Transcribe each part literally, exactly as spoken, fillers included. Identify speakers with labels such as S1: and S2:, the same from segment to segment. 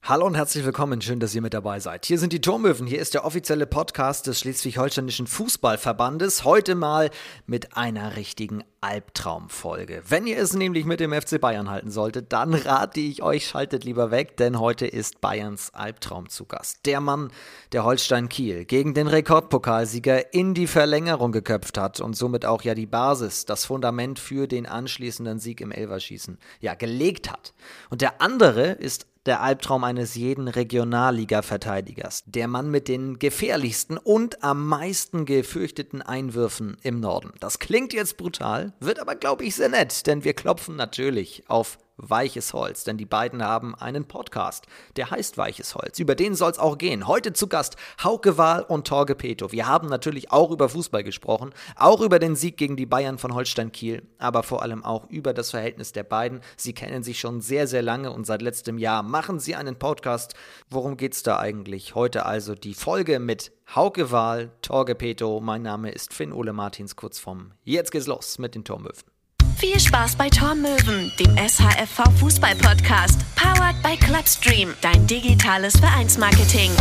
S1: Hallo und herzlich willkommen, schön, dass ihr mit dabei seid. Hier sind die Turmöwen, hier ist der offizielle Podcast des Schleswig-Holsteinischen Fußballverbandes, heute mal mit einer richtigen Albtraumfolge. Wenn ihr es nämlich mit dem F C Bayern halten solltet, dann rate ich euch, schaltet lieber weg, denn heute ist Bayerns Albtraum zu Gast. Der Mann, der Holstein Kiel gegen den Rekordpokalsieger in die Verlängerung geköpft hat und somit auch ja die Basis, das Fundament für den anschließenden Sieg im Elferschießen, ja, gelegt hat. Und der andere ist der Albtraum eines jeden Regionalliga-Verteidigers. Der Mann mit den gefährlichsten und am meisten gefürchteten Einwürfen im Norden. Das klingt jetzt brutal, wird aber, glaube ich, sehr nett, denn wir klopfen natürlich auf Weiches Holz, denn die beiden haben einen Podcast, der heißt Weiches Holz. Über den soll es auch gehen. Heute zu Gast Hauke Wahl und Torge Peto. Wir haben natürlich auch über Fußball gesprochen, auch über den Sieg gegen die Bayern von Holstein Kiel, aber vor allem auch über das Verhältnis der beiden. Sie kennen sich schon sehr, sehr lange und seit letztem Jahr machen sie einen Podcast. Worum geht's da eigentlich? Heute also die Folge mit Hauke Wahl, Torge Peto. Mein Name ist Finn Ole Martins, kurz vom Jetzt geht's los mit den Turmöwen.
S2: Viel Spaß bei Tormöwen, dem S H F V Fußball-Podcast. Powered by Clubstream, dein digitales Vereinsmarketing.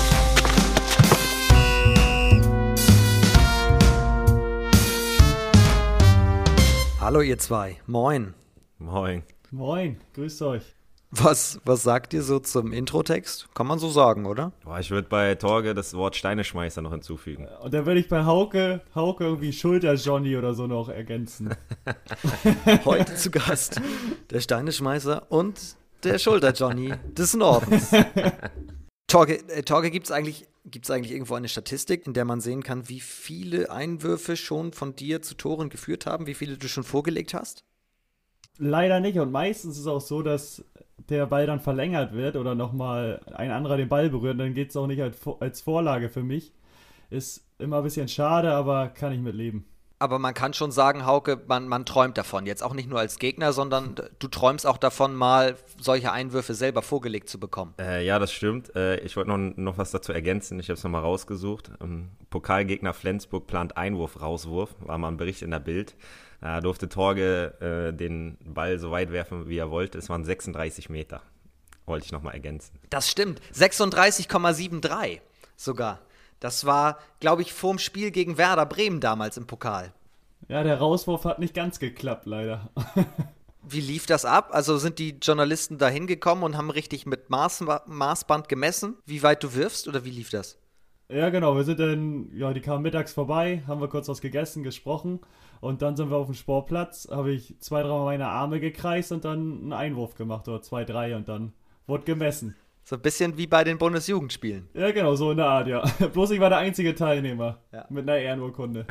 S1: Hallo ihr zwei, moin.
S3: Moin.
S4: Moin, grüßt euch.
S1: Was, was sagt ihr so zum Introtext? Kann man so sagen, oder?
S3: Boah, ich würde bei Torge das Wort Steineschmeißer noch hinzufügen.
S4: Und dann würde ich bei Hauke, Hauke irgendwie Schulter-Johnny oder so noch ergänzen.
S1: Heute zu Gast der Steineschmeißer und der Schulter-Johnny des Nordens. Torge, äh, Torge gibt es eigentlich, gibt's eigentlich irgendwo eine Statistik, in der man sehen kann, wie viele Einwürfe schon von dir zu Toren geführt haben, wie viele du schon vorgelegt hast?
S4: Leider nicht. Und meistens ist es auch so, dass der Ball dann verlängert wird oder nochmal ein anderer den Ball berührt. Dann geht es auch nicht als, als Vorlage für mich. Ist immer ein bisschen schade, aber kann ich mit leben.
S1: Aber man kann schon sagen, Hauke, man, man träumt davon. Jetzt auch nicht nur als Gegner, sondern du träumst auch davon, mal solche Einwürfe selber vorgelegt zu bekommen.
S3: Äh, ja, das stimmt. Äh, ich wollte noch, noch was dazu ergänzen. Ich habe es nochmal rausgesucht. Ähm, Pokalgegner Flensburg plant Einwurf-Rauswurf. War mal ein Bericht in der Bild. Da durfte Torge äh, den Ball so weit werfen, wie er wollte. Es waren sechsunddreißig Meter. Wollte ich nochmal ergänzen.
S1: Das stimmt. sechsunddreißig Komma dreiundsiebzig sogar. Das war, glaube ich, vorm Spiel gegen Werder Bremen damals im Pokal.
S4: Ja, der Rauswurf hat nicht ganz geklappt, leider.
S1: Wie lief das ab? Also sind die Journalisten da hingekommen und haben richtig mit Maß, Maßband gemessen, wie weit du wirfst, oder wie lief das?
S4: Ja, genau. Wir sind dann, ja, die kamen mittags vorbei, haben wir kurz was gegessen, gesprochen und dann sind wir auf dem Sportplatz, habe ich zwei, dreimal meine Arme gekreist und dann einen Einwurf gemacht oder zwei, drei und dann wurde gemessen.
S1: So ein bisschen wie bei den Bundesjugendspielen.
S4: Ja, genau, so in der Art, ja. Bloß ich war der einzige Teilnehmer
S1: ja.
S4: mit einer Ehrenurkunde.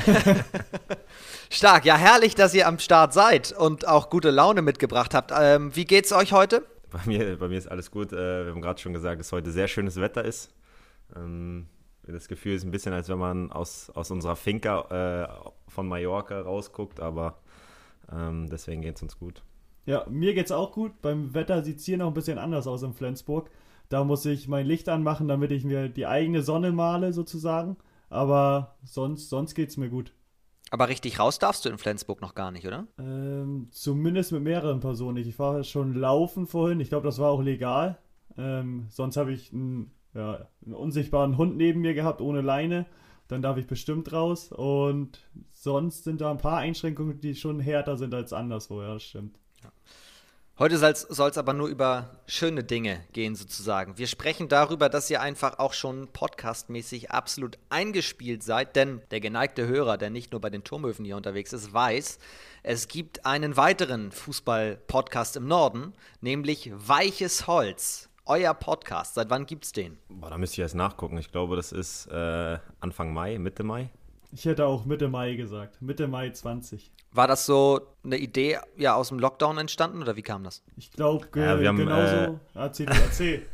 S1: Stark, ja, herrlich, dass ihr am Start seid und auch gute Laune mitgebracht habt. Ähm, wie geht's euch heute?
S3: Bei mir, bei mir ist alles gut. Äh, wir haben gerade schon gesagt, dass heute sehr schönes Wetter ist. Ähm, das Gefühl ist ein bisschen, als wenn man aus, aus unserer Finca äh, von Mallorca rausguckt, aber ähm, deswegen geht's uns gut.
S4: Ja, mir geht's auch gut. Beim Wetter sieht es hier noch ein bisschen anders aus in Flensburg. Da muss ich mein Licht anmachen, damit ich mir die eigene Sonne male, sozusagen. Aber sonst, sonst geht's mir gut.
S1: Aber richtig raus darfst du in Flensburg noch gar nicht, oder?
S4: Ähm, zumindest mit mehreren Personen nicht. Ich war schon laufen vorhin. Ich glaube, das war auch legal. Ähm, sonst habe ich einen, ja, einen unsichtbaren Hund neben mir gehabt, ohne Leine. Dann darf ich bestimmt raus. Und sonst sind da ein paar Einschränkungen, die schon härter sind als anderswo. Ja, das stimmt.
S1: Heute soll es aber nur über schöne Dinge gehen sozusagen. Wir sprechen darüber, dass ihr einfach auch schon podcastmäßig absolut eingespielt seid, denn der geneigte Hörer, der nicht nur bei den Turmöwen hier unterwegs ist, weiß, es gibt einen weiteren Fußball-Podcast im Norden, nämlich Weiches Holz. Euer Podcast, seit wann gibt's den?
S3: Boah, da müsste ich erst nachgucken. Ich glaube, das ist äh, Anfang Mai, Mitte Mai.
S4: Ich hätte auch Mitte Mai gesagt. Mitte Mai zwanzig.
S1: War das so eine Idee ja aus dem Lockdown entstanden oder wie kam das?
S4: Ich glaube, ge-
S3: Ja, wir haben,
S4: genauso.
S3: äh,
S4: Erzähl, erzähl.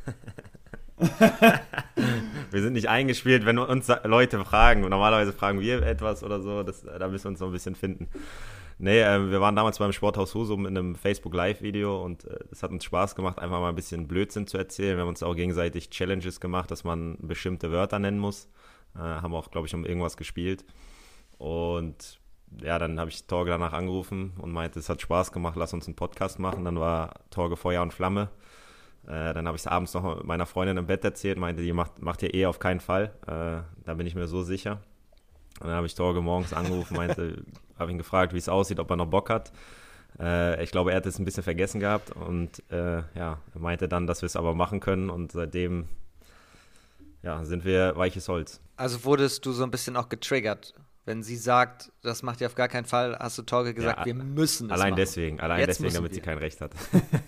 S3: Wir sind nicht eingespielt, wenn uns Leute fragen. Normalerweise fragen wir etwas oder so. Das, da müssen wir uns noch ein bisschen finden. Nee, äh, wir waren damals beim Sporthaus Husum in einem Facebook-Live-Video und es äh, hat uns Spaß gemacht, einfach mal ein bisschen Blödsinn zu erzählen. Wir haben uns auch gegenseitig Challenges gemacht, dass man bestimmte Wörter nennen muss. Äh, haben auch, glaube ich, um irgendwas gespielt. Und ja, dann habe ich Torge danach angerufen und meinte, es hat Spaß gemacht, lass uns einen Podcast machen. Dann war Torge Feuer und Flamme. Äh, dann habe ich es abends noch meiner Freundin im Bett erzählt, meinte, die macht, macht ihr eh auf keinen Fall. Äh, da bin ich mir so sicher. Und dann habe ich Torge morgens angerufen, meinte, habe ihn gefragt, wie es aussieht, ob er noch Bock hat. Äh, ich glaube, er hat es ein bisschen vergessen gehabt und äh, ja, er meinte dann, dass wir es aber machen können und seitdem ja, sind wir weiches Holz.
S1: Also wurdest du so ein bisschen auch getriggert? Wenn sie sagt, das macht ihr auf gar keinen Fall, hast du Torge gesagt, ja, wir müssen es
S3: allein
S1: machen.
S3: Deswegen, allein
S1: Jetzt
S3: deswegen, damit
S1: wir.
S3: sie kein Recht hat.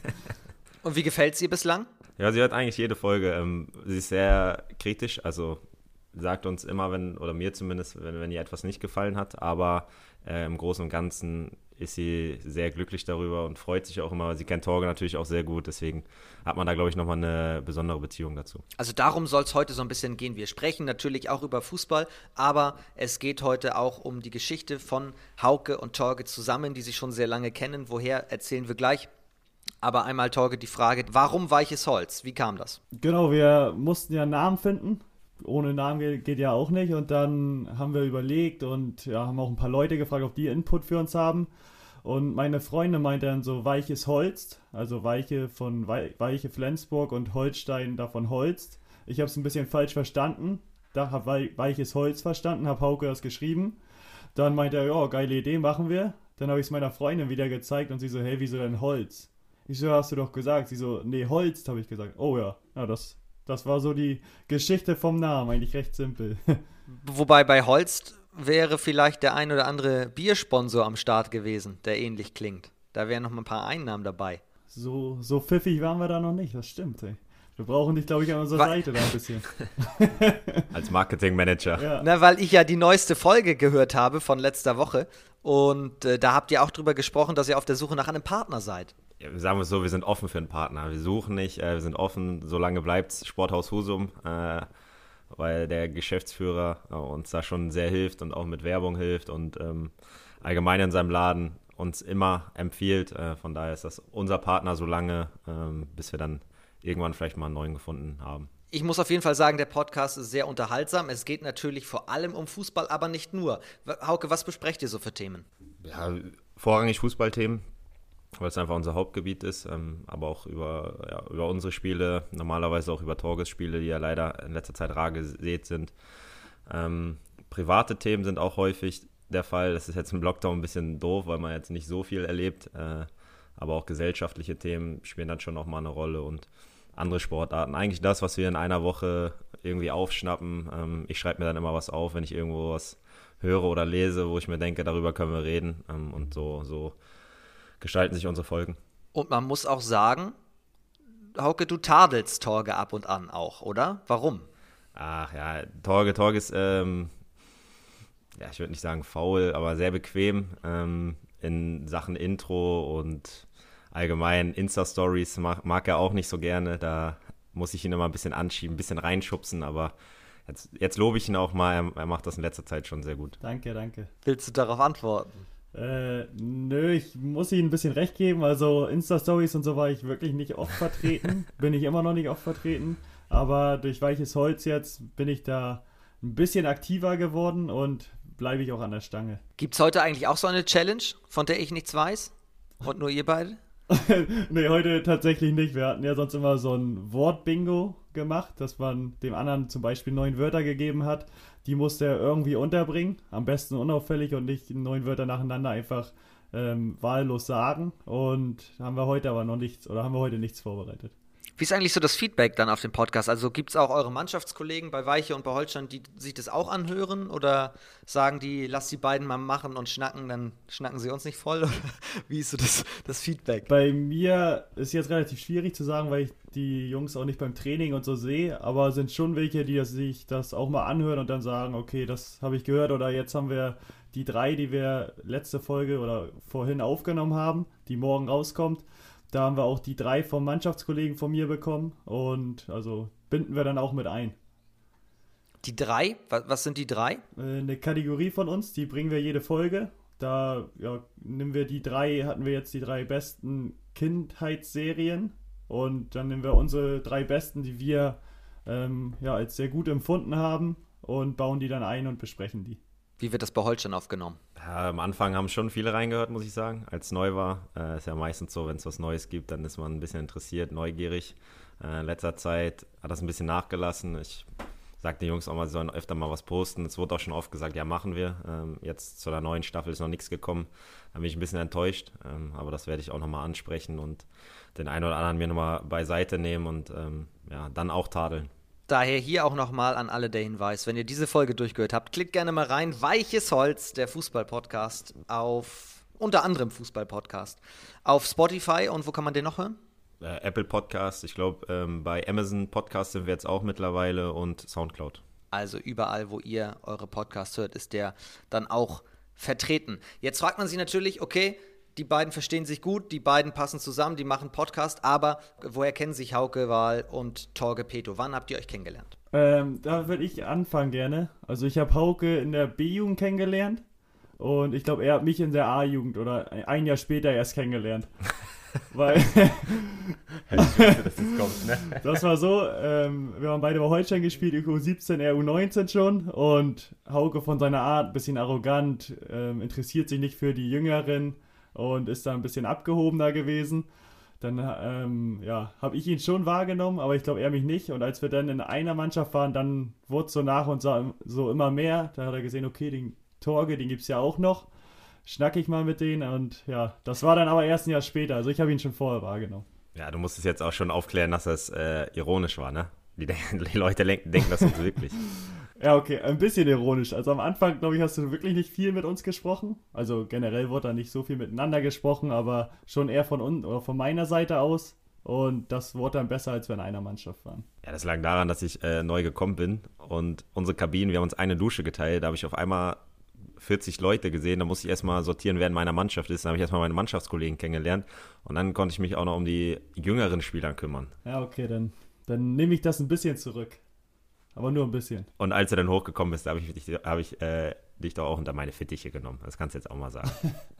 S1: Und wie gefällt es ihr bislang?
S3: Ja, sie hört eigentlich jede Folge. Ähm, sie ist sehr kritisch, also sagt uns immer, wenn, oder mir zumindest, wenn, wenn ihr etwas nicht gefallen hat, aber äh, im Großen und Ganzen ist sie sehr glücklich darüber und freut sich auch immer. Sie kennt Torge natürlich auch sehr gut, deswegen hat man da, glaube ich, nochmal eine besondere Beziehung dazu.
S1: Also darum soll es heute so ein bisschen gehen. Wir sprechen natürlich auch über Fußball, aber es geht heute auch um die Geschichte von Hauke und Torge zusammen, die sich schon sehr lange kennen. Woher, erzählen wir gleich. Aber einmal, Torge, die Frage, warum weiches Holz? Wie kam das?
S4: Genau, wir mussten ja einen Namen finden. Ohne Namen geht, geht ja auch nicht. Und dann haben wir überlegt und ja, haben auch ein paar Leute gefragt, ob die Input für uns haben. Und meine Freundin meinte dann so weiches Holz, also Weiche von Wei- Weiche Flensburg und Holstein davon Holst. Ich habe es ein bisschen falsch verstanden. Da habe Wei- weiches Holz verstanden, habe Hauke das geschrieben. Dann meinte er, ja, geile Idee, machen wir. Dann habe ich es meiner Freundin wieder gezeigt und sie so, hey, wieso denn Holz? Ich so, hast du doch gesagt. Sie so, nee, Holz, habe ich gesagt. Oh ja, ja, das, das war so die Geschichte vom Namen, eigentlich recht simpel.
S1: Wobei bei Holst wäre vielleicht der ein oder andere Biersponsor am Start gewesen, der ähnlich klingt. Da wären noch mal ein paar Einnahmen dabei.
S4: So, so pfiffig waren wir da noch nicht, das stimmt, ey. Wir brauchen dich, glaube ich, an unserer
S1: Wa-
S4: Seite da ein bisschen.
S3: Als Marketingmanager.
S4: Ja.
S1: Na, weil ich ja die neueste Folge gehört habe von letzter Woche und äh, da habt ihr auch drüber gesprochen, dass ihr auf der Suche nach einem Partner seid.
S3: Ja, sagen wir es so, wir sind offen für einen Partner. Wir suchen nicht, äh, wir sind offen, solange bleibt es Sporthaus Husum, äh, weil der Geschäftsführer äh, uns da schon sehr hilft und auch mit Werbung hilft und ähm, allgemein in seinem Laden uns immer empfiehlt. Äh, von daher ist das unser Partner so lange, ähm, bis wir dann irgendwann vielleicht mal einen neuen gefunden haben.
S1: Ich muss auf jeden Fall sagen, der Podcast ist sehr unterhaltsam. Es geht natürlich vor allem um Fußball, aber nicht nur. Hauke, was besprecht ihr so für Themen?
S3: Ja, vorrangig Fußballthemen, weil es einfach unser Hauptgebiet ist, ähm, aber auch über, ja, über unsere Spiele, normalerweise auch über Torges Spiele, die ja leider in letzter Zeit rar gesät sind. Ähm, private Themen sind auch häufig der Fall. Das ist jetzt im Lockdown ein bisschen doof, weil man jetzt nicht so viel erlebt, äh, aber auch gesellschaftliche Themen spielen dann schon auch mal eine Rolle und andere Sportarten. Eigentlich das, was wir in einer Woche irgendwie aufschnappen. Ähm, ich schreibe mir dann immer was auf, wenn ich irgendwo was höre oder lese, wo ich mir denke, darüber können wir reden. Ähm, und so, so gestalten sich unsere Folgen.
S1: Und man muss auch sagen, Hauke, du tadelst Torge ab und an auch, oder? Warum?
S3: Ach ja, Torge, Torge ist, ähm, ja, ich würde nicht sagen faul, aber sehr bequem ähm, in Sachen Intro und allgemein Insta-Stories mag, mag er auch nicht so gerne. Da muss ich ihn immer ein bisschen anschieben, ein bisschen reinschubsen, aber jetzt, jetzt lobe ich ihn auch mal. Er, er macht das in letzter Zeit schon sehr gut.
S4: Danke, danke.
S1: Willst du darauf antworten?
S4: Äh, nö, ich muss Ihnen ein bisschen recht geben. Also Insta-Stories und so war ich wirklich nicht oft vertreten. Bin ich immer noch nicht oft vertreten. Aber durch weiches Holz jetzt bin ich da ein bisschen aktiver geworden und bleibe ich auch an der Stange.
S1: Gibt's heute eigentlich auch so eine Challenge, von der ich nichts weiß? Und nur ihr beide?
S4: Nee, heute tatsächlich nicht. Wir hatten ja sonst immer so ein Wort-Bingo gemacht, dass man dem anderen zum Beispiel neun Wörter gegeben hat. Die musste er irgendwie unterbringen. Am besten unauffällig und nicht neun Wörter nacheinander einfach ähm, wahllos sagen. Und haben wir heute aber noch nichts, oder haben wir heute nichts vorbereitet.
S1: Wie ist eigentlich so das Feedback dann auf dem Podcast? Also gibt es auch eure Mannschaftskollegen bei Weiche und bei Holstein, die sich das auch anhören? Oder sagen die, lass die beiden mal machen und schnacken, dann schnacken sie uns nicht voll? Oder wie ist so das, das Feedback?
S4: Bei mir ist jetzt relativ schwierig zu sagen, weil ich die Jungs auch nicht beim Training und so sehe. Aber es sind schon welche, die das, sich das auch mal anhören und dann sagen, okay, das habe ich gehört. Oder jetzt haben wir die drei, die wir letzte Folge oder vorhin aufgenommen haben, die morgen rauskommt. Da haben wir auch die drei vom Mannschaftskollegen von mir bekommen und also binden wir dann auch mit ein.
S1: Die drei? Was, was sind die drei?
S4: Eine Kategorie von uns, die bringen wir jede Folge. Da ja, nehmen wir die drei, hatten wir jetzt die drei besten Kindheitsserien und dann nehmen wir unsere drei besten, die wir ähm, ja, als sehr gut empfunden haben und bauen die dann ein und besprechen die.
S1: Wie wird das bei Holstein aufgenommen?
S3: Ja, am Anfang haben schon viele reingehört, muss ich sagen, als es neu war. Äh, ist ja meistens so, wenn es was Neues gibt, dann ist man ein bisschen interessiert, neugierig. Äh, in letzter Zeit hat das ein bisschen nachgelassen. Ich sage den Jungs auch mal, sie sollen öfter mal was posten. Es wurde auch schon oft gesagt, ja, machen wir. Ähm, jetzt zu der neuen Staffel ist noch nichts gekommen. Da bin ich ein bisschen enttäuscht, ähm, aber das werde ich auch nochmal ansprechen und den einen oder anderen mir nochmal beiseite nehmen und ähm, ja, dann auch tadeln.
S1: Daher hier auch nochmal an alle der Hinweis, wenn ihr diese Folge durchgehört habt, klickt gerne mal rein. Weiches Holz, der Fußball-Podcast auf, unter anderem Fußball-Podcast, auf Spotify. Und wo kann man den noch hören?
S3: Äh, Apple Podcast, ich glaube ähm, bei Amazon Podcast sind wir jetzt auch mittlerweile und Soundcloud.
S1: Also überall, wo ihr eure Podcasts hört, ist der dann auch vertreten. Jetzt fragt man sich natürlich, okay, die beiden verstehen sich gut, die beiden passen zusammen, die machen Podcast, aber woher kennen sich Hauke Wahl und Torge Peto? Wann habt ihr euch kennengelernt?
S4: Ähm, da würde ich anfangen gerne. Also ich habe Hauke in der B-Jugend kennengelernt und ich glaube, er hat mich in der A-Jugend oder ein Jahr später erst kennengelernt. Weil
S3: Ich wusste, dass das kommt, ne?
S4: das war so, ähm, wir haben beide bei Holstein gespielt, U siebzehn, er U neunzehn schon und Hauke von seiner Art, ein bisschen arrogant, ähm, interessiert sich nicht für die Jüngeren und ist da ein bisschen abgehobener gewesen. Dann ähm, ja, habe ich ihn schon wahrgenommen, aber ich glaube, er mich nicht. Und als wir dann in einer Mannschaft waren, dann wurde es so nach und so immer mehr. Da hat er gesehen, okay, den Torge, den gibt es ja auch noch. Schnack ich mal mit denen und ja, das war dann aber erst ein Jahr später. Also ich habe ihn schon vorher wahrgenommen.
S3: Ja, du musst es jetzt auch schon aufklären, dass das äh, ironisch war, ne? Die, die Leute denken, denken das uns wirklich.
S4: Ja, okay, ein bisschen ironisch. Also am Anfang, glaube ich, hast du wirklich nicht viel mit uns gesprochen. Also generell wurde da nicht so viel miteinander gesprochen, aber schon eher von uns oder von meiner Seite aus. Und das wurde dann besser, als wir in einer Mannschaft waren.
S3: Ja, das lag daran, dass ich äh, neu gekommen bin und unsere Kabinen, wir haben uns eine Dusche geteilt, da habe ich auf einmal vierzig Leute gesehen, da musste ich erstmal sortieren, wer in meiner Mannschaft ist. Dann habe ich erstmal meine Mannschaftskollegen kennengelernt und dann konnte ich mich auch noch um die jüngeren Spieler kümmern.
S4: Ja, okay, dann, dann nehme ich das ein bisschen zurück. Aber nur ein bisschen.
S3: Und als du dann hochgekommen bist, habe ich, dich, hab ich äh, dich doch auch unter meine Fittiche genommen. Das kannst du jetzt auch mal sagen.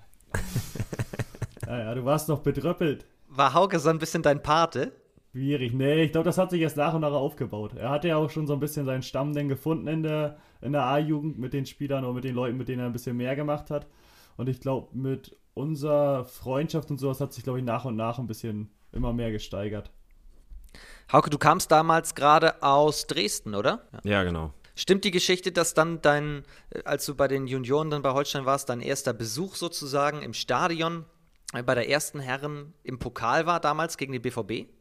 S4: Ja, ja, du warst noch bedröppelt.
S1: War Hauke so ein bisschen dein Pate?
S4: Schwierig. Nee, ich glaube, das hat sich erst nach und nach aufgebaut. Er hatte ja auch schon so ein bisschen seinen Stamm denn gefunden in der, in der A-Jugend mit den Spielern oder mit den Leuten, mit denen er ein bisschen mehr gemacht hat. Und ich glaube, mit unserer Freundschaft und sowas hat sich, glaube ich, nach und nach ein bisschen immer mehr gesteigert.
S1: Hauke, du kamst damals gerade aus Dresden, oder? Ja.
S3: Ja, genau.
S1: Stimmt die Geschichte, dass dann dein, als du bei den Junioren dann bei Holstein warst, dein erster Besuch sozusagen im Stadion bei der ersten Herren im Pokal war damals gegen den B V B?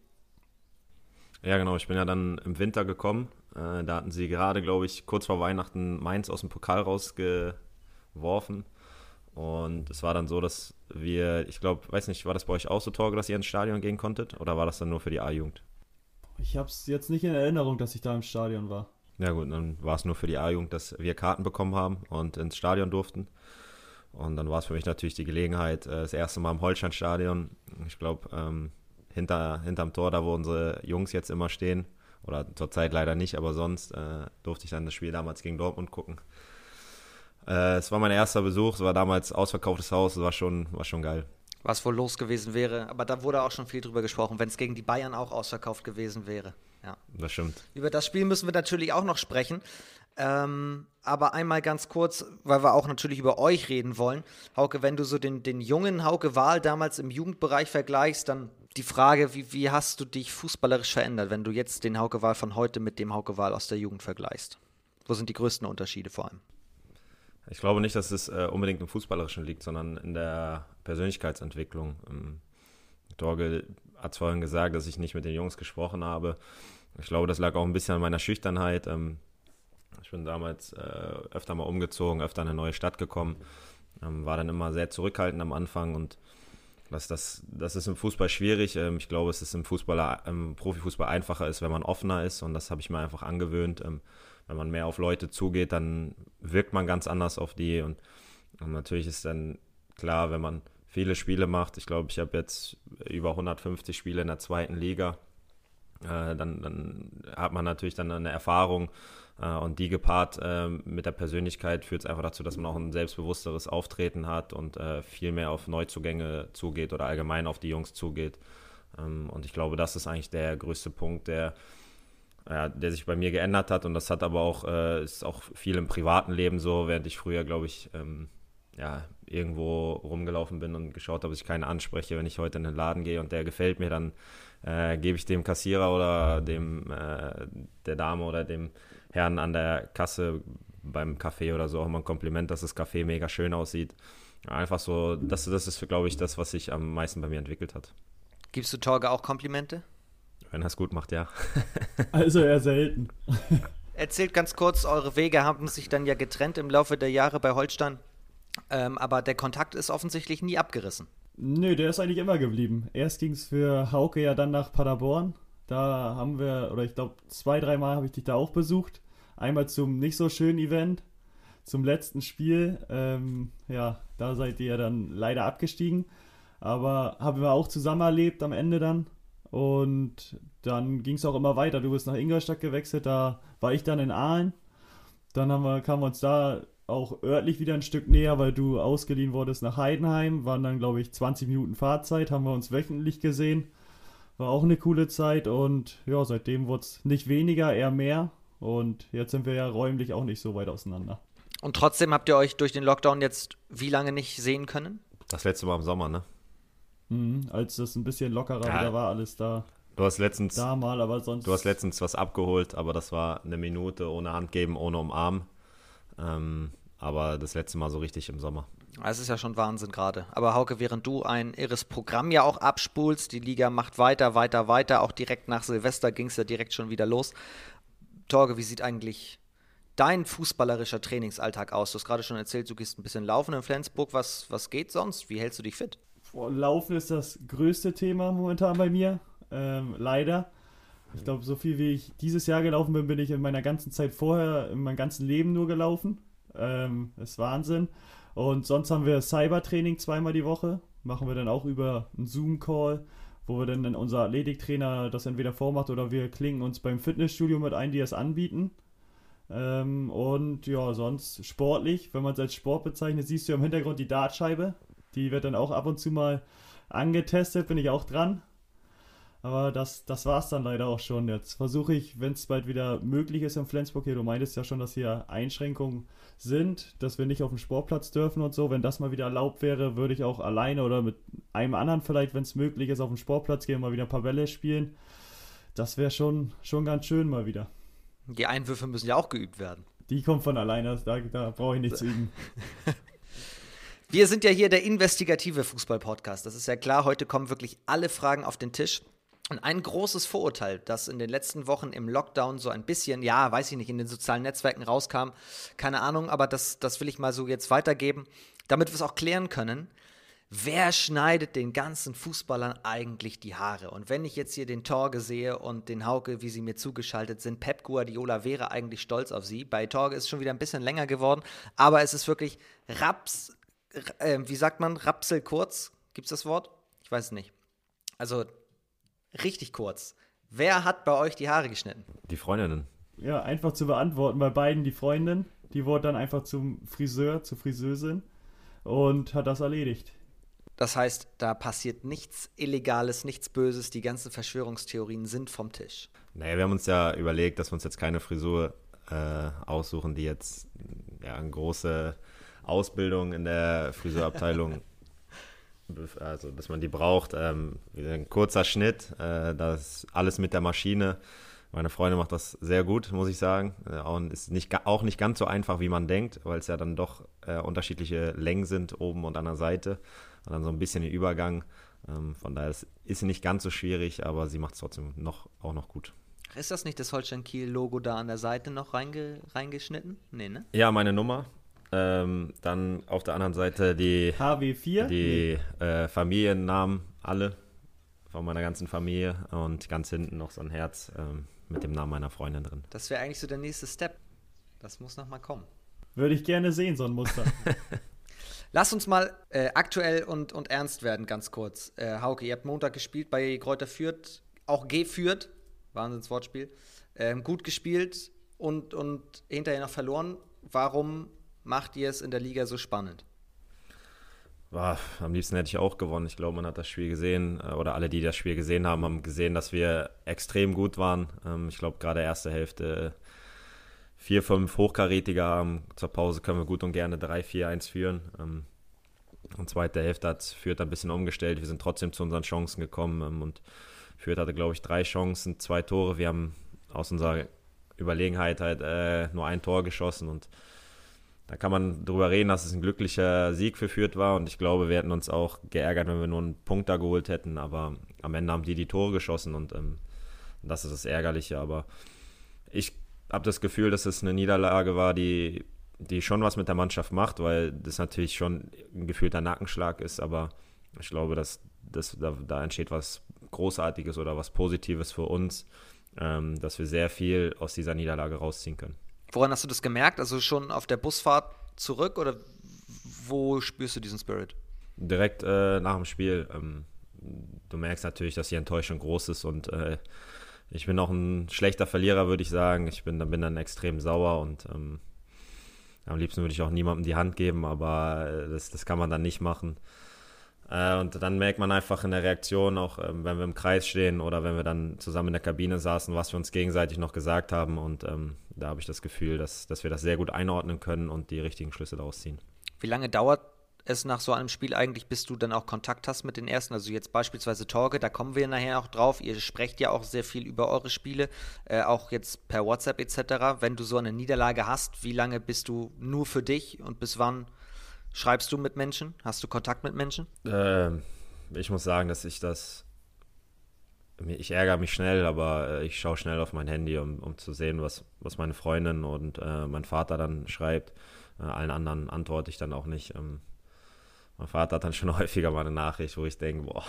S3: Ja, genau. Ich bin ja dann im Winter gekommen. Äh, da hatten sie gerade, glaube ich, kurz vor Weihnachten Mainz aus dem Pokal rausgeworfen. Und es war dann so, dass wir, ich glaube, weiß nicht, war das bei euch auch so, Torge, dass ihr ins Stadion gehen konntet? Oder war das dann nur für die A-Jugend?
S4: Ich habe es jetzt nicht in Erinnerung, dass ich da im Stadion war.
S3: Ja gut, dann war es nur für die A-Jugend, dass wir Karten bekommen haben und ins Stadion durften. Und dann war es für mich natürlich die Gelegenheit, das erste Mal im Holstein-Stadion. Ich glaube, ähm, hinter, hinterm Tor, da wo unsere Jungs jetzt immer stehen. Oder zurzeit leider nicht, aber sonst äh, durfte ich dann das Spiel damals gegen Dortmund gucken. Äh, es war mein erster Besuch, es war damals ausverkauftes Haus, es war schon, war schon geil.
S1: Was wohl los gewesen wäre, aber da wurde auch schon viel drüber gesprochen, wenn es gegen die Bayern auch ausverkauft gewesen wäre. Ja.
S3: Das stimmt.
S1: Über das Spiel müssen wir natürlich auch noch sprechen. Ähm, aber einmal ganz kurz, weil wir auch natürlich über euch reden wollen. Hauke, wenn du so den, den jungen Hauke Wahl damals im Jugendbereich vergleichst, dann die Frage, wie, wie hast du dich fußballerisch verändert, wenn du jetzt den Hauke Wahl von heute mit dem Hauke Wahl aus der Jugend vergleichst? Wo sind die größten Unterschiede vor allem?
S3: Ich glaube nicht, dass es äh, unbedingt im Fußballerischen liegt, sondern in der Persönlichkeitsentwicklung. Ähm, Torge hat vorhin gesagt, dass ich nicht mit den Jungs gesprochen habe. Ich glaube, das lag auch ein bisschen an meiner Schüchternheit. Ähm, ich bin damals äh, öfter mal umgezogen, öfter in eine neue Stadt gekommen, ähm, war dann immer sehr zurückhaltend am Anfang und das, das, das ist im Fußball schwierig. Ähm, ich glaube, es ist im Fußballer, im Profifußball einfacher ist, wenn man offener ist und das habe ich mir einfach angewöhnt. Ähm, wenn man mehr auf Leute zugeht, dann wirkt man ganz anders auf die und, und natürlich ist dann klar, wenn man viele Spiele macht, ich glaube, ich habe jetzt über hundertfünfzig Spiele in der zweiten Liga, äh, dann, dann hat man natürlich dann eine Erfahrung äh, und die gepaart äh, mit der Persönlichkeit führt es einfach dazu, dass man auch ein selbstbewussteres Auftreten hat und äh, viel mehr auf Neuzugänge zugeht oder allgemein auf die Jungs zugeht. Ähm, und ich glaube, das ist eigentlich der größte Punkt, der Ja, der sich bei mir geändert hat und das hat aber auch, äh, ist auch viel im privaten Leben so, während ich früher, glaube ich, ähm, ja, irgendwo rumgelaufen bin und geschaut habe, dass ich keinen anspreche. Wenn ich heute in den Laden gehe und der gefällt mir, dann äh, gebe ich dem Kassierer oder dem äh, der Dame oder dem Herrn an der Kasse beim Café oder so auch immer ein Kompliment, dass das Café mega schön aussieht. Einfach so, das, das ist, glaube ich, das, was sich am meisten bei mir entwickelt hat.
S1: Gibst du Torge auch Komplimente?
S3: Wenn er es gut macht, ja.
S4: Also eher selten.
S1: Erzählt ganz kurz, eure Wege haben sich dann ja getrennt im Laufe der Jahre bei Holstein, ähm, aber der Kontakt ist offensichtlich nie abgerissen.
S4: Nö, der ist eigentlich immer geblieben. Erst ging es für Hauke ja dann nach Paderborn. Da haben wir, oder ich glaube zwei, dreimal habe ich dich da auch besucht. Einmal zum nicht so schönen Event, zum letzten Spiel. Ähm, ja, da seid ihr dann leider abgestiegen. Aber haben wir auch zusammen erlebt am Ende dann. Und dann ging es auch immer weiter. Du bist nach Ingolstadt gewechselt, da war ich dann in Aalen. Dann haben wir, kamen wir uns da auch örtlich wieder ein Stück näher, weil du ausgeliehen wurdest nach Heidenheim. Waren dann, glaube ich, zwanzig Minuten Fahrzeit, haben wir uns wöchentlich gesehen. War auch eine coole Zeit und ja, seitdem wurde es nicht weniger, eher mehr. Und jetzt sind wir ja räumlich auch nicht so weit auseinander.
S1: Und trotzdem habt ihr euch durch den Lockdown jetzt wie lange nicht sehen können?
S3: Das letzte Mal im Sommer, ne?
S4: Mhm, als das ein bisschen lockerer
S3: Ja.
S4: wieder war, alles da.
S3: Du hast letztens,
S4: Da mal, aber sonst.
S3: du hast letztens was abgeholt, aber das war eine Minute ohne Hand geben, ohne umarmen. Ähm, aber das letzte Mal so richtig im Sommer.
S1: Das ist ja schon Wahnsinn gerade. Aber Hauke, während du ein irres Programm ja auch abspulst, die Liga macht weiter, weiter, weiter, auch direkt nach Silvester ging es ja direkt schon wieder los. Torge, wie sieht eigentlich dein fußballerischer Trainingsalltag aus? Du hast gerade schon erzählt, du gehst ein bisschen laufen in Flensburg. Was, was geht sonst? Wie hältst du dich fit?
S4: Boah, Laufen ist das größte Thema momentan bei mir. Ähm, leider. Ich glaube, so viel wie ich dieses Jahr gelaufen bin, bin ich in meiner ganzen Zeit vorher, in meinem ganzen Leben nur gelaufen. Ähm, ist Wahnsinn. Und sonst haben wir Cybertraining zweimal die Woche. Machen wir dann auch über einen Zoom-Call, wo wir dann unser Athletiktrainer das entweder vormacht oder wir klinken uns beim Fitnessstudio mit ein, die es anbieten. Ähm, und ja, sonst sportlich, wenn man es als Sport bezeichnet, siehst du im Hintergrund die Dartscheibe. Die wird dann auch ab und zu mal angetestet, bin ich auch dran. Aber das, das war es dann leider auch schon. Jetzt versuche ich, wenn es bald wieder möglich ist in Flensburg, hier, du meintest ja schon, dass hier Einschränkungen sind, dass wir nicht auf den Sportplatz dürfen und so. Wenn das mal wieder erlaubt wäre, würde ich auch alleine oder mit einem anderen vielleicht, wenn es möglich ist, auf den Sportplatz gehen, mal wieder ein paar Bälle spielen. Das wäre schon, schon ganz schön mal wieder.
S1: Die Einwürfe müssen ja auch geübt werden.
S4: Die kommt von alleine, da, da brauche ich nichts zu üben.
S1: Wir sind ja hier der investigative Fußball-Podcast. Das ist ja klar, heute kommen wirklich alle Fragen auf den Tisch. Und ein großes Vorurteil, das in den letzten Wochen im Lockdown so ein bisschen, ja, weiß ich nicht, in den sozialen Netzwerken rauskam, keine Ahnung, aber das, das will ich mal so jetzt weitergeben, damit wir es auch klären können. Wer schneidet den ganzen Fußballern eigentlich die Haare? Und wenn ich jetzt hier den Torge sehe und den Hauke, wie sie mir zugeschaltet sind, Pep Guardiola wäre eigentlich stolz auf sie. Bei Torge ist es schon wieder ein bisschen länger geworden, aber es ist wirklich raps, äh, wie sagt man, rapselkurz, gibt es das Wort? Ich weiß es nicht. Also richtig kurz. Wer hat bei euch die Haare geschnitten?
S3: Die Freundinnen.
S4: Ja, einfach zu beantworten. Bei beiden die Freundin, die wurde dann einfach zum Friseur, zur Friseusin und hat das erledigt.
S1: Das heißt, da passiert nichts Illegales, nichts Böses, die ganzen Verschwörungstheorien sind vom Tisch.
S3: Naja, wir haben uns ja überlegt, dass wir uns jetzt keine Frisur äh, aussuchen, die jetzt ja, eine große Ausbildung in der Friseurabteilung also dass man die braucht. Ähm, ein kurzer Schnitt, äh, das alles mit der Maschine. Meine Freundin macht das sehr gut, muss ich sagen. Äh, und ist nicht, auch nicht ganz so einfach, wie man denkt, weil es ja dann doch äh, unterschiedliche Längen sind, oben und an der Seite. Und dann so ein bisschen den Übergang. Ähm, von daher ist es nicht ganz so schwierig, aber sie macht es trotzdem noch, auch noch gut.
S1: Ist das nicht das Holstein-Kiel-Logo da an der Seite noch reinge, reingeschnitten? Nee, ne?
S3: Ja, meine Nummer. Ähm, dann auf der anderen Seite die,
S4: H W vier?
S3: die äh, Familiennamen, alle von meiner ganzen Familie und ganz hinten noch so ein Herz ähm, mit dem Namen meiner Freundin drin.
S1: Das wäre eigentlich so der nächste Step. Das muss noch mal kommen.
S4: Würde ich gerne sehen, so ein Muster.
S1: Lass uns mal äh, aktuell und, und ernst werden, ganz kurz. Äh, Hauke, ihr habt Montag gespielt bei Greuther Fürth, auch geführt, Wahnsinnswortspiel, ähm, gut gespielt und, und hinterher noch verloren. Warum macht ihr es in der Liga so spannend?
S3: War, am liebsten hätte ich auch gewonnen. Ich glaube, man hat das Spiel gesehen, oder alle, die das Spiel gesehen haben, haben gesehen, dass wir extrem gut waren. Ich glaube, gerade erste Hälfte vier, fünf Hochkarätige haben. Zur Pause können wir gut und gerne drei, vier, eins führen. Und zweite Hälfte hat Fürth ein bisschen umgestellt. Wir sind trotzdem zu unseren Chancen gekommen und Fürth hatte, glaube ich, drei Chancen, zwei Tore. Wir haben aus unserer Überlegenheit halt äh, nur ein Tor geschossen und da kann man drüber reden, dass es ein glücklicher Sieg für Fürth war und ich glaube, wir hätten uns auch geärgert, wenn wir nur einen Punkt da geholt hätten, aber am Ende haben die die Tore geschossen und ähm, das ist das Ärgerliche, aber ich habe das Gefühl, dass es eine Niederlage war, die, die schon was mit der Mannschaft macht, weil das natürlich schon ein gefühlter Nackenschlag ist, aber ich glaube, dass, dass da, da entsteht was Großartiges oder was Positives für uns, ähm, dass wir sehr viel aus dieser Niederlage rausziehen können.
S1: Woran hast du das gemerkt? Also schon auf der Busfahrt zurück oder wo spürst du diesen Spirit?
S3: Direkt äh, nach dem Spiel. Ähm, du merkst natürlich, dass die Enttäuschung groß ist und äh, ich bin auch ein schlechter Verlierer, würde ich sagen. Ich bin, bin dann extrem sauer und ähm, am liebsten würde ich auch niemandem die Hand geben, aber äh, das, das kann man dann nicht machen. Äh, und dann merkt man einfach in der Reaktion, auch ähm, wenn wir im Kreis stehen oder wenn wir dann zusammen in der Kabine saßen, was wir uns gegenseitig noch gesagt haben. Und ähm, da habe ich das Gefühl, dass, dass wir das sehr gut einordnen können und die richtigen Schlüsse daraus ziehen.
S1: Wie lange dauert es nach so einem Spiel eigentlich, bis du dann auch Kontakt hast mit den Ersten? Also jetzt beispielsweise Torge, da kommen wir nachher noch drauf. Ihr sprecht ja auch sehr viel über eure Spiele, äh, auch jetzt per WhatsApp et cetera. Wenn du so eine Niederlage hast, wie lange bist du nur für dich und bis wann schreibst du mit Menschen? Hast du Kontakt mit Menschen?
S3: Äh, ich muss sagen, dass ich das, ich ärgere mich schnell, aber ich schaue schnell auf mein Handy, um, um zu sehen, was, was meine Freundin und äh, mein Vater dann schreibt. Äh, allen anderen antworte ich dann auch nicht. Ähm, mein Vater hat dann schon häufiger mal eine Nachricht, wo ich denke, boah,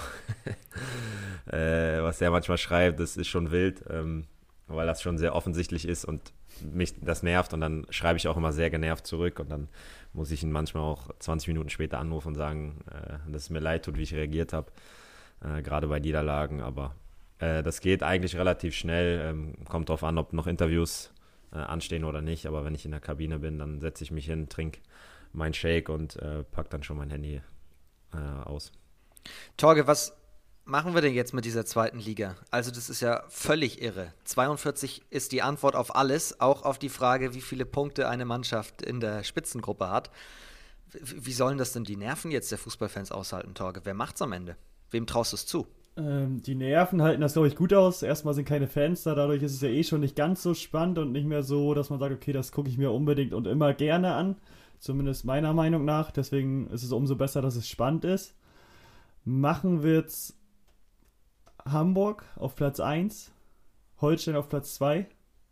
S3: äh, was der manchmal schreibt, das ist schon wild, ähm, weil das schon sehr offensichtlich ist und mich das nervt und dann schreibe ich auch immer sehr genervt zurück und dann muss ich ihn manchmal auch zwanzig Minuten später anrufen und sagen, äh, dass es mir leid tut, wie ich reagiert habe, äh, gerade bei Niederlagen, aber äh, das geht eigentlich relativ schnell, ähm, kommt drauf an, ob noch Interviews äh, anstehen oder nicht, aber wenn ich in der Kabine bin, dann setze ich mich hin, trinke meinen Shake und äh, pack dann schon mein Handy äh, aus.
S1: Torge, was machen wir denn jetzt mit dieser zweiten Liga? Also das ist ja völlig irre. zweiundvierzig ist die Antwort auf alles, auch auf die Frage, wie viele Punkte eine Mannschaft in der Spitzengruppe hat. Wie sollen das denn die Nerven jetzt der Fußballfans aushalten, Torge? Wer macht's am Ende? Wem traust du es zu?
S4: Ähm, die Nerven halten das, glaube ich, gut aus. Erstmal sind keine Fans da, dadurch ist es ja eh schon nicht ganz so spannend und nicht mehr so, dass man sagt, okay, das gucke ich mir unbedingt und immer gerne an. Zumindest meiner Meinung nach. Deswegen ist es umso besser, dass es spannend ist. Machen wird's Hamburg auf Platz eins, Holstein auf Platz zwei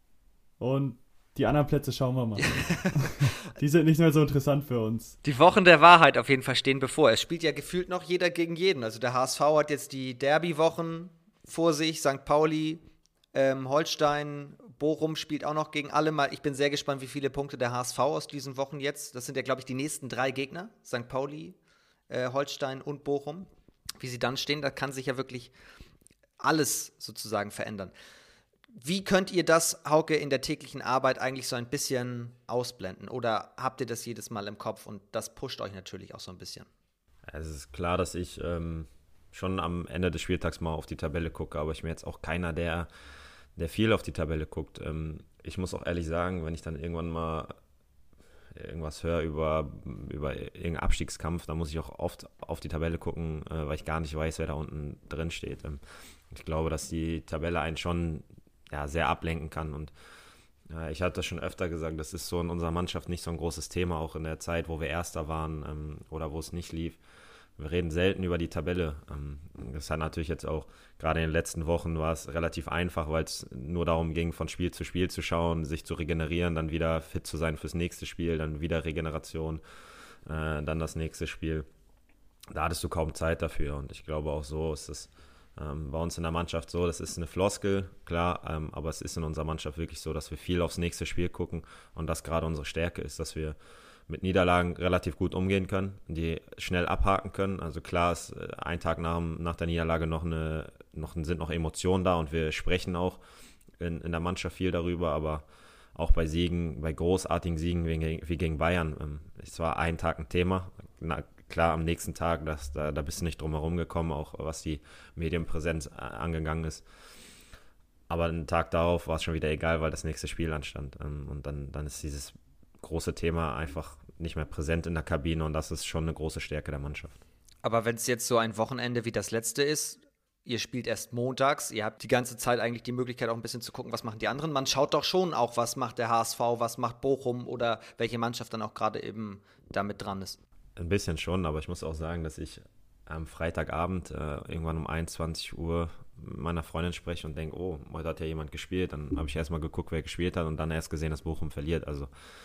S4: und die anderen Plätze schauen wir mal. Die sind nicht mehr so interessant für uns.
S1: Die Wochen der Wahrheit auf jeden Fall stehen bevor. Es spielt ja gefühlt noch jeder gegen jeden. Also der H S V hat jetzt die Derby-Wochen vor sich, Sankt Pauli, ähm, Holstein, Bochum spielt auch noch gegen alle mal. Ich bin sehr gespannt, wie viele Punkte der H S V aus diesen Wochen jetzt, das sind ja, glaube ich, die nächsten drei Gegner, Sankt Pauli, äh, Holstein und Bochum. Wie sie dann stehen, da kann sich ja wirklich alles sozusagen verändern. Wie könnt ihr das, Hauke, in der täglichen Arbeit eigentlich so ein bisschen ausblenden? Oder habt ihr das jedes Mal im Kopf und das pusht euch natürlich auch so ein bisschen?
S3: Es ist klar, dass ich ähm, schon am Ende des Spieltags mal auf die Tabelle gucke, aber ich bin jetzt auch keiner, der, der viel auf die Tabelle guckt. Ähm, ich muss auch ehrlich sagen, wenn ich dann irgendwann mal irgendwas höre über, über irgendeinen Abstiegskampf, dann muss ich auch oft auf die Tabelle gucken, äh, weil ich gar nicht weiß, wer da unten drin steht. Ähm, ich glaube, dass die Tabelle einen schon ja, sehr ablenken kann und äh, ich hatte das schon öfter gesagt, das ist so in unserer Mannschaft nicht so ein großes Thema, auch in der Zeit, wo wir Erster waren ähm, oder wo es nicht lief. Wir reden selten über die Tabelle. Ähm, das hat natürlich jetzt auch, gerade in den letzten Wochen war es relativ einfach, weil es nur darum ging, von Spiel zu Spiel zu schauen, sich zu regenerieren, dann wieder fit zu sein fürs nächste Spiel, dann wieder Regeneration, äh, dann das nächste Spiel. Da hattest du kaum Zeit dafür und ich glaube auch so ist es ähm, bei uns in der Mannschaft so, das ist eine Floskel, klar, ähm, aber es ist in unserer Mannschaft wirklich so, dass wir viel aufs nächste Spiel gucken und das gerade unsere Stärke ist, dass wir mit Niederlagen relativ gut umgehen können, die schnell abhaken können. Also klar ist ein Tag nach, nach der Niederlage noch eine, noch, sind noch Emotionen da und wir sprechen auch in, in der Mannschaft viel darüber, aber auch bei Siegen, bei großartigen Siegen wie, wie gegen Bayern, es war ein Tag ein Thema. Na, klar, am nächsten Tag, das, da, da bist du nicht drum herum gekommen, auch was die Medienpräsenz angegangen ist. Aber einen Tag darauf war es schon wieder egal, weil das nächste Spiel anstand. Und dann, dann ist dieses große Thema einfach nicht mehr präsent in der Kabine und das ist schon eine große Stärke der Mannschaft.
S1: Aber wenn es jetzt so ein Wochenende wie das letzte ist, Ihr spielt erst montags, ihr habt die ganze Zeit eigentlich die Möglichkeit auch ein bisschen zu gucken, was machen die anderen. Man schaut doch schon auch, was macht der H S V, was macht Bochum oder welche Mannschaft dann auch gerade eben damit dran ist.
S3: Ein bisschen schon, aber ich muss auch sagen, dass ich am Freitagabend äh, irgendwann um einundzwanzig Uhr mit meiner Freundin spreche und denke, oh, heute hat ja jemand gespielt. Dann habe ich erstmal geguckt, wer gespielt hat und dann erst gesehen, dass Bochum verliert. Also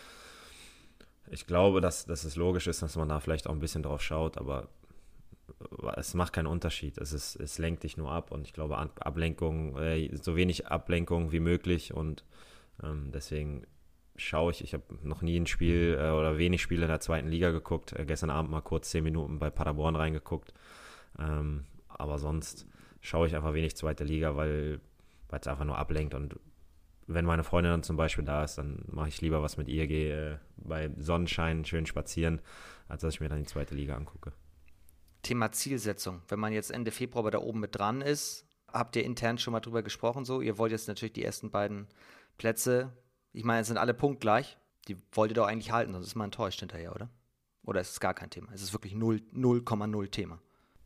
S3: ich glaube, dass, dass es logisch ist, dass man da vielleicht auch ein bisschen drauf schaut, aber es macht keinen Unterschied. Es, ist, es lenkt dich nur ab und ich glaube, Ablenkung, äh, so wenig Ablenkung wie möglich und ähm, deswegen schaue ich, ich habe noch nie ein Spiel äh, oder wenig Spiele in der zweiten Liga geguckt. Äh, gestern Abend mal kurz zehn Minuten bei Paderborn reingeguckt. Ähm, aber sonst schaue ich einfach wenig zweite Liga, weil es einfach nur ablenkt. Und wenn meine Freundin dann zum Beispiel da ist, dann mache ich lieber was mit ihr, gehe äh, bei Sonnenschein schön spazieren, als dass ich mir dann die zweite Liga angucke.
S1: Thema Zielsetzung. Wenn man jetzt Ende Februar bei da oben mit dran ist, habt ihr intern schon mal drüber gesprochen so? Ihr wollt jetzt natürlich die ersten beiden Plätze. Ich meine, es sind alle punktgleich. Die wollt ihr doch eigentlich halten, sonst ist man enttäuscht hinterher, oder? Oder ist es gar kein Thema? Es ist wirklich null Komma null Thema.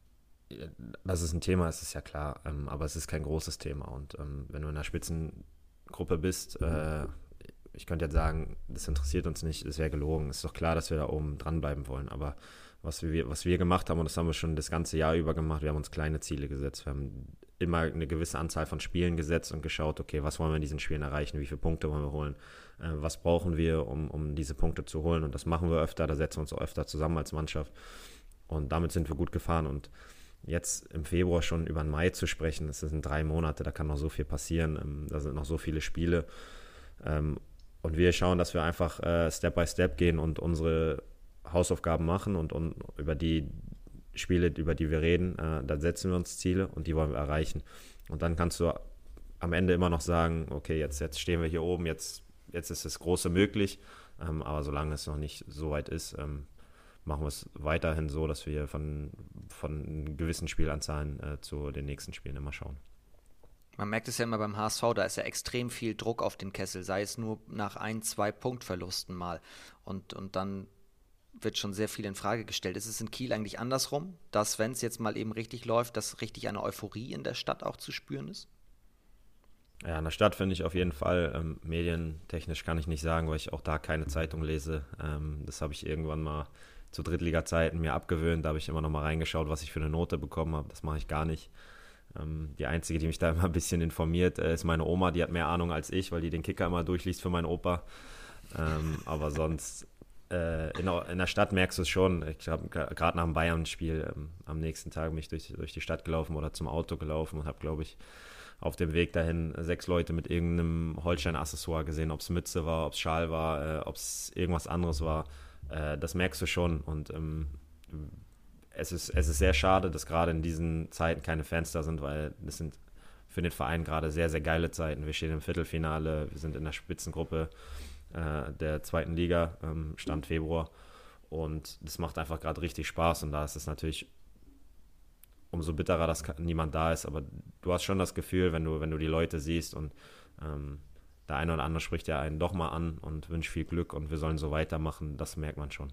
S3: Dass es ein Thema ist, ist ja klar. Ähm, aber es ist kein großes Thema. Und ähm, wenn du in einer Spitzengruppe bist, äh, ich könnte jetzt sagen, das interessiert uns nicht, das wäre gelogen. Es ist doch klar, dass wir da oben dranbleiben wollen. Aber was wir, was wir gemacht haben, und das haben wir schon das ganze Jahr über gemacht, wir haben uns kleine Ziele gesetzt. Wir haben immer eine gewisse Anzahl von Spielen gesetzt und geschaut, okay, was wollen wir in diesen Spielen erreichen, wie viele Punkte wollen wir holen, äh, was brauchen wir, um, um diese Punkte zu holen, und das machen wir öfter, da setzen wir uns auch öfter zusammen als Mannschaft und damit sind wir gut gefahren. Und jetzt im Februar schon über den Mai zu sprechen, das sind drei Monate, da kann noch so viel passieren, ähm, da sind noch so viele Spiele ähm, und wir schauen, dass wir einfach äh, Step by Step gehen und unsere Hausaufgaben machen und, und über die Spiele, über die wir reden, äh, da setzen wir uns Ziele und die wollen wir erreichen. Und dann kannst du am Ende immer noch sagen, okay, jetzt, jetzt stehen wir hier oben, jetzt, jetzt ist das Große möglich, ähm, aber solange es noch nicht so weit ist, ähm, machen wir es weiterhin so, dass wir von, von gewissen Spielanzahlen äh, zu den nächsten Spielen immer schauen.
S1: Man merkt es ja immer beim H S V, da ist ja extrem viel Druck auf den Kessel, sei es nur nach ein, zwei Punktverlusten mal. Und, und dann wird schon sehr viel in Frage gestellt. Ist es in Kiel eigentlich andersrum, dass, wenn es jetzt mal eben richtig läuft, dass richtig eine Euphorie in der Stadt auch zu spüren ist?
S3: Ja, in der Stadt finde ich auf jeden Fall. Ähm, medientechnisch kann ich nicht sagen, weil ich auch da keine Zeitung lese. Ähm, das habe ich irgendwann mal zu Drittliga-Zeiten mir abgewöhnt. Da habe ich immer noch mal reingeschaut, was ich für eine Note bekommen habe. Das mache ich gar nicht. Ähm, die Einzige, die mich da immer ein bisschen informiert, äh, ist meine Oma. Die hat mehr Ahnung als ich, weil die den Kicker immer durchliest für meinen Opa. Ähm, aber sonst äh, in, in der Stadt merkst du es schon. Ich habe gerade nach dem Bayern-Spiel ähm, am nächsten Tag mich durch, durch die Stadt gelaufen oder zum Auto gelaufen und habe, glaube ich, auf dem Weg dahin sechs Leute mit irgendeinem Holstein-Accessoire gesehen, ob es Mütze war, ob es Schal war, äh, ob es irgendwas anderes war. Äh, das merkst du schon und ähm, es ist, es ist sehr schade, dass gerade in diesen Zeiten keine Fans da sind, weil das sind für den Verein gerade sehr, sehr geile Zeiten. Wir stehen im Viertelfinale, wir sind in der Spitzengruppe äh, der zweiten Liga, ähm, Stand Februar, und das macht einfach gerade richtig Spaß und da ist es natürlich umso bitterer, dass niemand da ist, aber du hast schon das Gefühl, wenn du, wenn du die Leute siehst und ähm, der eine oder andere spricht ja einen doch mal an und wünscht viel Glück und wir sollen so weitermachen, das merkt man schon.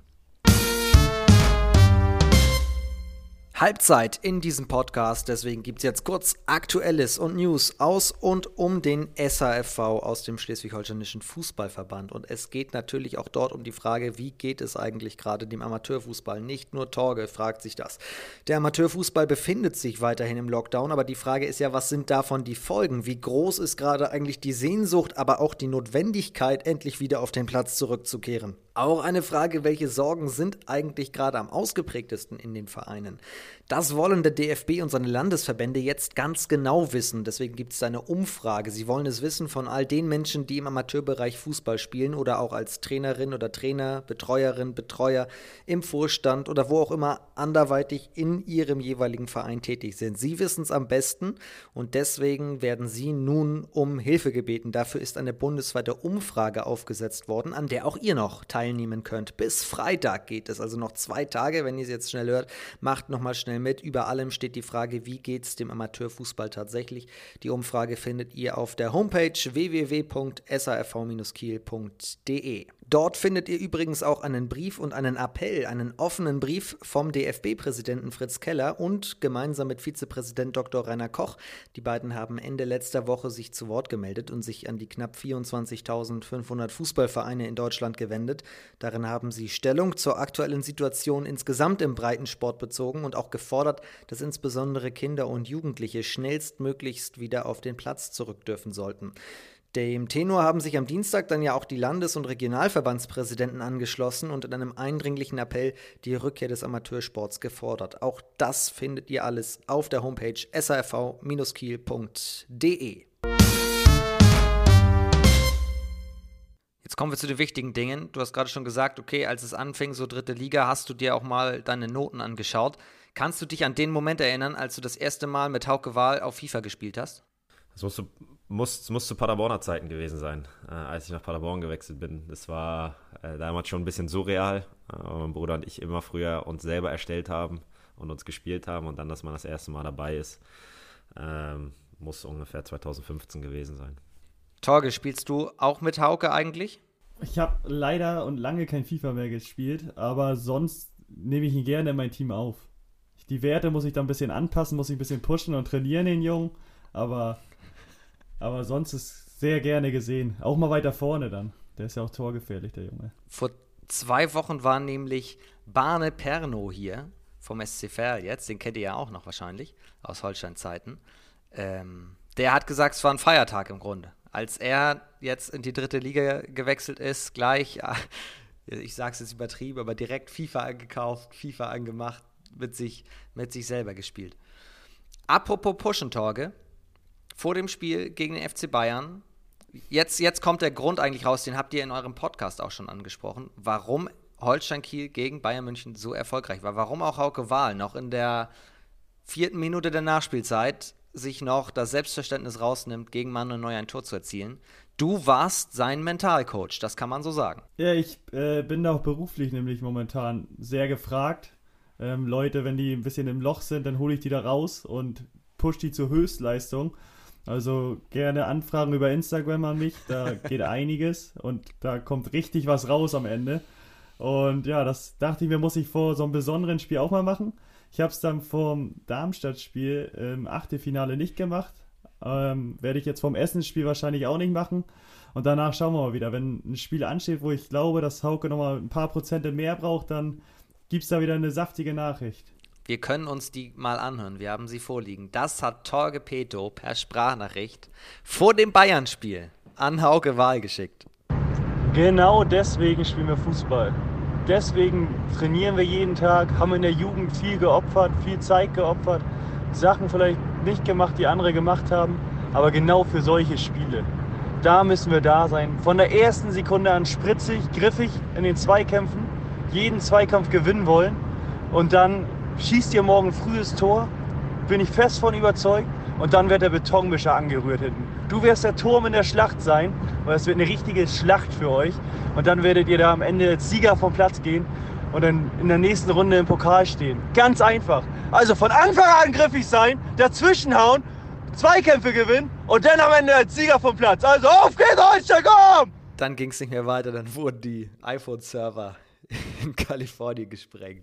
S1: Halbzeit in diesem Podcast, deswegen gibt es jetzt kurz Aktuelles und News aus und um den S H F V aus dem Schleswig-Holsteinischen Fußballverband. Und es geht natürlich auch dort um die Frage, wie geht es eigentlich gerade dem Amateurfußball? Nicht nur Torge fragt sich das. Der Amateurfußball befindet sich weiterhin im Lockdown, aber die Frage ist ja, was sind davon die Folgen? Wie groß ist gerade eigentlich die Sehnsucht, aber auch die Notwendigkeit, endlich wieder auf den Platz zurückzukehren? Auch eine Frage, welche Sorgen sind eigentlich gerade am ausgeprägtesten in den Vereinen? Das wollen der D F B und seine Landesverbände jetzt ganz genau wissen. Deswegen gibt es eine Umfrage. Sie wollen es wissen von all den Menschen, die im Amateurbereich Fußball spielen oder auch als Trainerin oder Trainer, Betreuerin, Betreuer im Vorstand oder wo auch immer anderweitig in ihrem jeweiligen Verein tätig sind. Sie wissen es am besten und deswegen werden Sie nun um Hilfe gebeten. Dafür ist eine bundesweite Umfrage aufgesetzt worden, an der auch ihr noch teilnehmen könnt. Bis Freitag geht es, also noch zwei Tage, wenn ihr es jetzt schnell hört. Macht nochmal schnell mit. Über allem steht die Frage, wie geht es dem Amateurfußball tatsächlich? Die Umfrage findet ihr auf der Homepage w w w punkt s a f v Bindestrich kiel punkt d e. Dort findet ihr übrigens auch einen Brief und einen Appell, einen offenen Brief vom D F B-Präsidenten Fritz Keller und gemeinsam mit Vizepräsident Doktor Rainer Koch. Die beiden haben Ende letzter Woche sich zu Wort gemeldet und sich an die knapp vierundzwanzigtausendfünfhundert Fußballvereine in Deutschland gewendet. Darin haben sie Stellung zur aktuellen Situation insgesamt im Breitensport bezogen und auch gefordert, dass insbesondere Kinder und Jugendliche schnellstmöglichst wieder auf den Platz zurück dürfen sollten. Dem Tenor haben sich am Dienstag dann ja auch die Landes- und Regionalverbandspräsidenten angeschlossen und in einem eindringlichen Appell die Rückkehr des Amateursports gefordert. Auch das findet ihr alles auf der Homepage s a f v Bindestrich kiel Punkt d e. Jetzt kommen wir zu den wichtigen Dingen. Du hast gerade schon gesagt, okay, als es anfing, so dritte Liga, hast du dir auch mal deine Noten angeschaut. Kannst du dich an den Moment erinnern, als du das erste Mal mit Hauke Wahl auf FIFA gespielt hast?
S3: Das musst du, muss, muss zu Paderborner Zeiten gewesen sein, äh, als ich nach Paderborn gewechselt bin. Das war äh, damals schon ein bisschen surreal, äh, weil mein Bruder und ich immer früher uns selber erstellt haben und uns gespielt haben und dann, dass man das erste Mal dabei ist, ähm, muss ungefähr zweitausendfünfzehn gewesen sein.
S1: Torge, spielst du auch mit Hauke eigentlich?
S4: Ich habe leider und lange kein FIFA mehr gespielt, aber sonst nehme ich ihn gerne in mein Team auf. Die Werte muss ich dann ein bisschen anpassen, muss ich ein bisschen pushen und trainieren, den Jungen, aber... Aber sonst ist sehr gerne gesehen. Auch mal weiter vorne dann. Der ist ja auch torgefährlich, der Junge.
S1: Vor zwei Wochen war nämlich Barne Perno hier vom S C Verl jetzt. Den kennt ihr ja auch noch wahrscheinlich aus Holstein-Zeiten. Ähm, der hat gesagt, es war ein Feiertag im Grunde. Als er jetzt in die dritte Liga gewechselt ist, gleich, ich sag's jetzt übertrieben, aber direkt FIFA angekauft, FIFA angemacht, mit sich, mit sich selber gespielt. Apropos Pushen, Torge. Vor dem Spiel gegen den F C Bayern, jetzt, jetzt kommt der Grund eigentlich raus, den habt ihr in eurem Podcast auch schon angesprochen, warum Holstein Kiel gegen Bayern München so erfolgreich war. Warum auch Hauke Wahl noch in der vierten Minute der Nachspielzeit sich noch das Selbstverständnis rausnimmt, gegen Manuel Neuer ein Tor zu erzielen. Du warst sein Mentalcoach, das kann man so sagen.
S4: Ja, ich äh, bin da auch beruflich nämlich momentan sehr gefragt. Ähm, Leute, wenn die ein bisschen im Loch sind, dann hole ich die da raus und push die zur Höchstleistung. Also gerne Anfragen über Instagram an mich, da geht einiges und da kommt richtig was raus am Ende. Und ja, das dachte ich mir, muss ich vor so einem besonderen Spiel auch mal machen. Ich habe es dann vom Darmstadt-Spiel im Achtelfinale nicht gemacht. Ähm, werde ich jetzt vom Essen-Spiel wahrscheinlich auch nicht machen. Und danach schauen wir mal wieder. Wenn ein Spiel ansteht, wo ich glaube, dass Hauke nochmal ein paar Prozente mehr braucht, dann gibt es da wieder eine saftige Nachricht.
S1: Wir können uns die mal anhören, wir haben sie vorliegen. Das hat Torge Peto per Sprachnachricht vor dem Bayern-Spiel an Hauke Wahl geschickt.
S5: Genau deswegen spielen wir Fußball. Deswegen trainieren wir jeden Tag, haben in der Jugend viel geopfert, viel Zeit geopfert, Sachen vielleicht nicht gemacht, die andere gemacht haben, aber genau für solche Spiele. Da müssen wir da sein. Von der ersten Sekunde an spritzig, griffig in den Zweikämpfen, jeden Zweikampf gewinnen wollen und dann schießt ihr morgen frühes Tor, bin ich fest von überzeugt, und dann wird der Betonmischer angerührt hinten. Du wirst der Turm in der Schlacht sein, weil es wird eine richtige Schlacht für euch. Und dann werdet ihr da am Ende als Sieger vom Platz gehen und dann in der nächsten Runde im Pokal stehen. Ganz einfach. Also von Anfang an griffig sein, dazwischenhauen, Zweikämpfe gewinnen und dann am Ende als Sieger vom Platz. Also auf geht's, Holstein, komm!
S1: Dann ging es nicht mehr weiter, dann wurden die iPhone-Server in Kalifornien gesprengt.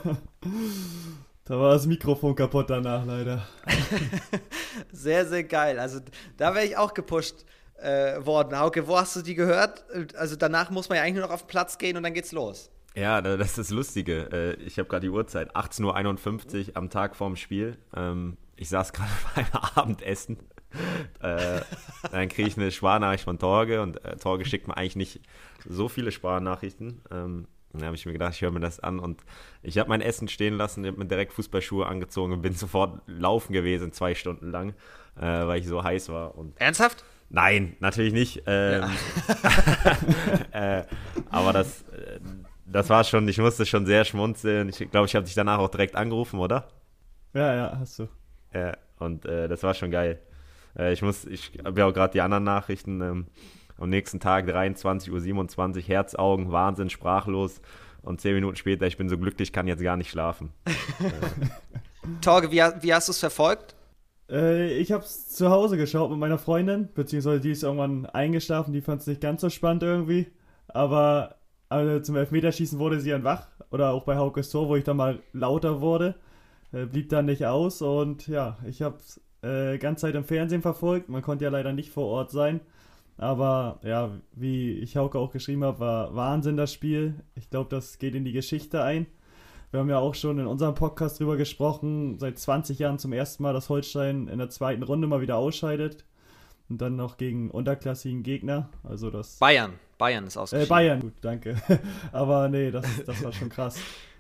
S4: Da war das Mikrofon kaputt danach leider.
S1: Sehr, sehr geil. Also da wäre ich auch gepusht äh, worden. Hauke, wo hast du die gehört? Also danach muss man ja eigentlich nur noch auf den Platz gehen und dann geht's los.
S3: Ja, das ist das Lustige. Ich habe gerade die Uhrzeit, achtzehn Uhr einundfünfzig am Tag vorm Spiel. Ich saß gerade beim Abendessen. Dann kriege ich eine Sprachnachricht von Torge und Torge schickt mir eigentlich nicht so viele Sprachnachrichten. Dann habe ich mir gedacht, ich höre mir das an und ich habe mein Essen stehen lassen, habe mir direkt Fußballschuhe angezogen und bin sofort laufen gewesen, zwei Stunden lang, äh, weil ich so heiß war. Und
S1: ernsthaft?
S3: Nein, natürlich nicht. Ähm, ja. äh, aber das, äh, das war schon, ich musste schon sehr schmunzeln. Ich glaube, ich habe dich danach auch direkt angerufen, oder?
S4: Ja, ja, hast du.
S3: Ja, und äh, das war schon geil. Äh, ich muss, ich habe ja auch gerade die anderen Nachrichten. Ähm, Am nächsten Tag dreiundzwanzig Uhr siebenundzwanzig, Herzaugen, Wahnsinn, sprachlos. Und zehn Minuten später, ich bin so glücklich, kann jetzt gar nicht schlafen.
S1: Torge, wie, wie hast du es verfolgt?
S4: Äh, ich habe es zu Hause geschaut mit meiner Freundin, beziehungsweise die ist irgendwann eingeschlafen, die fand es nicht ganz so spannend irgendwie. aber also zum Elfmeterschießen wurde sie dann wach. Oder auch bei Haukes Tor, wo ich dann mal lauter wurde. Äh, blieb dann nicht aus. Und ja, ich habe es äh, ganze Zeit im Fernsehen verfolgt. Man konnte ja leider nicht vor Ort sein. Aber ja, wie ich Hauke auch geschrieben habe, war Wahnsinn das Spiel. Ich glaube, das geht in die Geschichte ein. Wir haben ja auch schon in unserem Podcast drüber gesprochen, seit zwanzig Jahren zum ersten Mal, dass Holstein in der zweiten Runde mal wieder ausscheidet. Und dann noch gegen unterklassigen Gegner. Also das
S1: Bayern. Bayern ist ausgeschieden.
S4: Äh, Bayern, gut, danke. Aber nee, das, das war schon krass.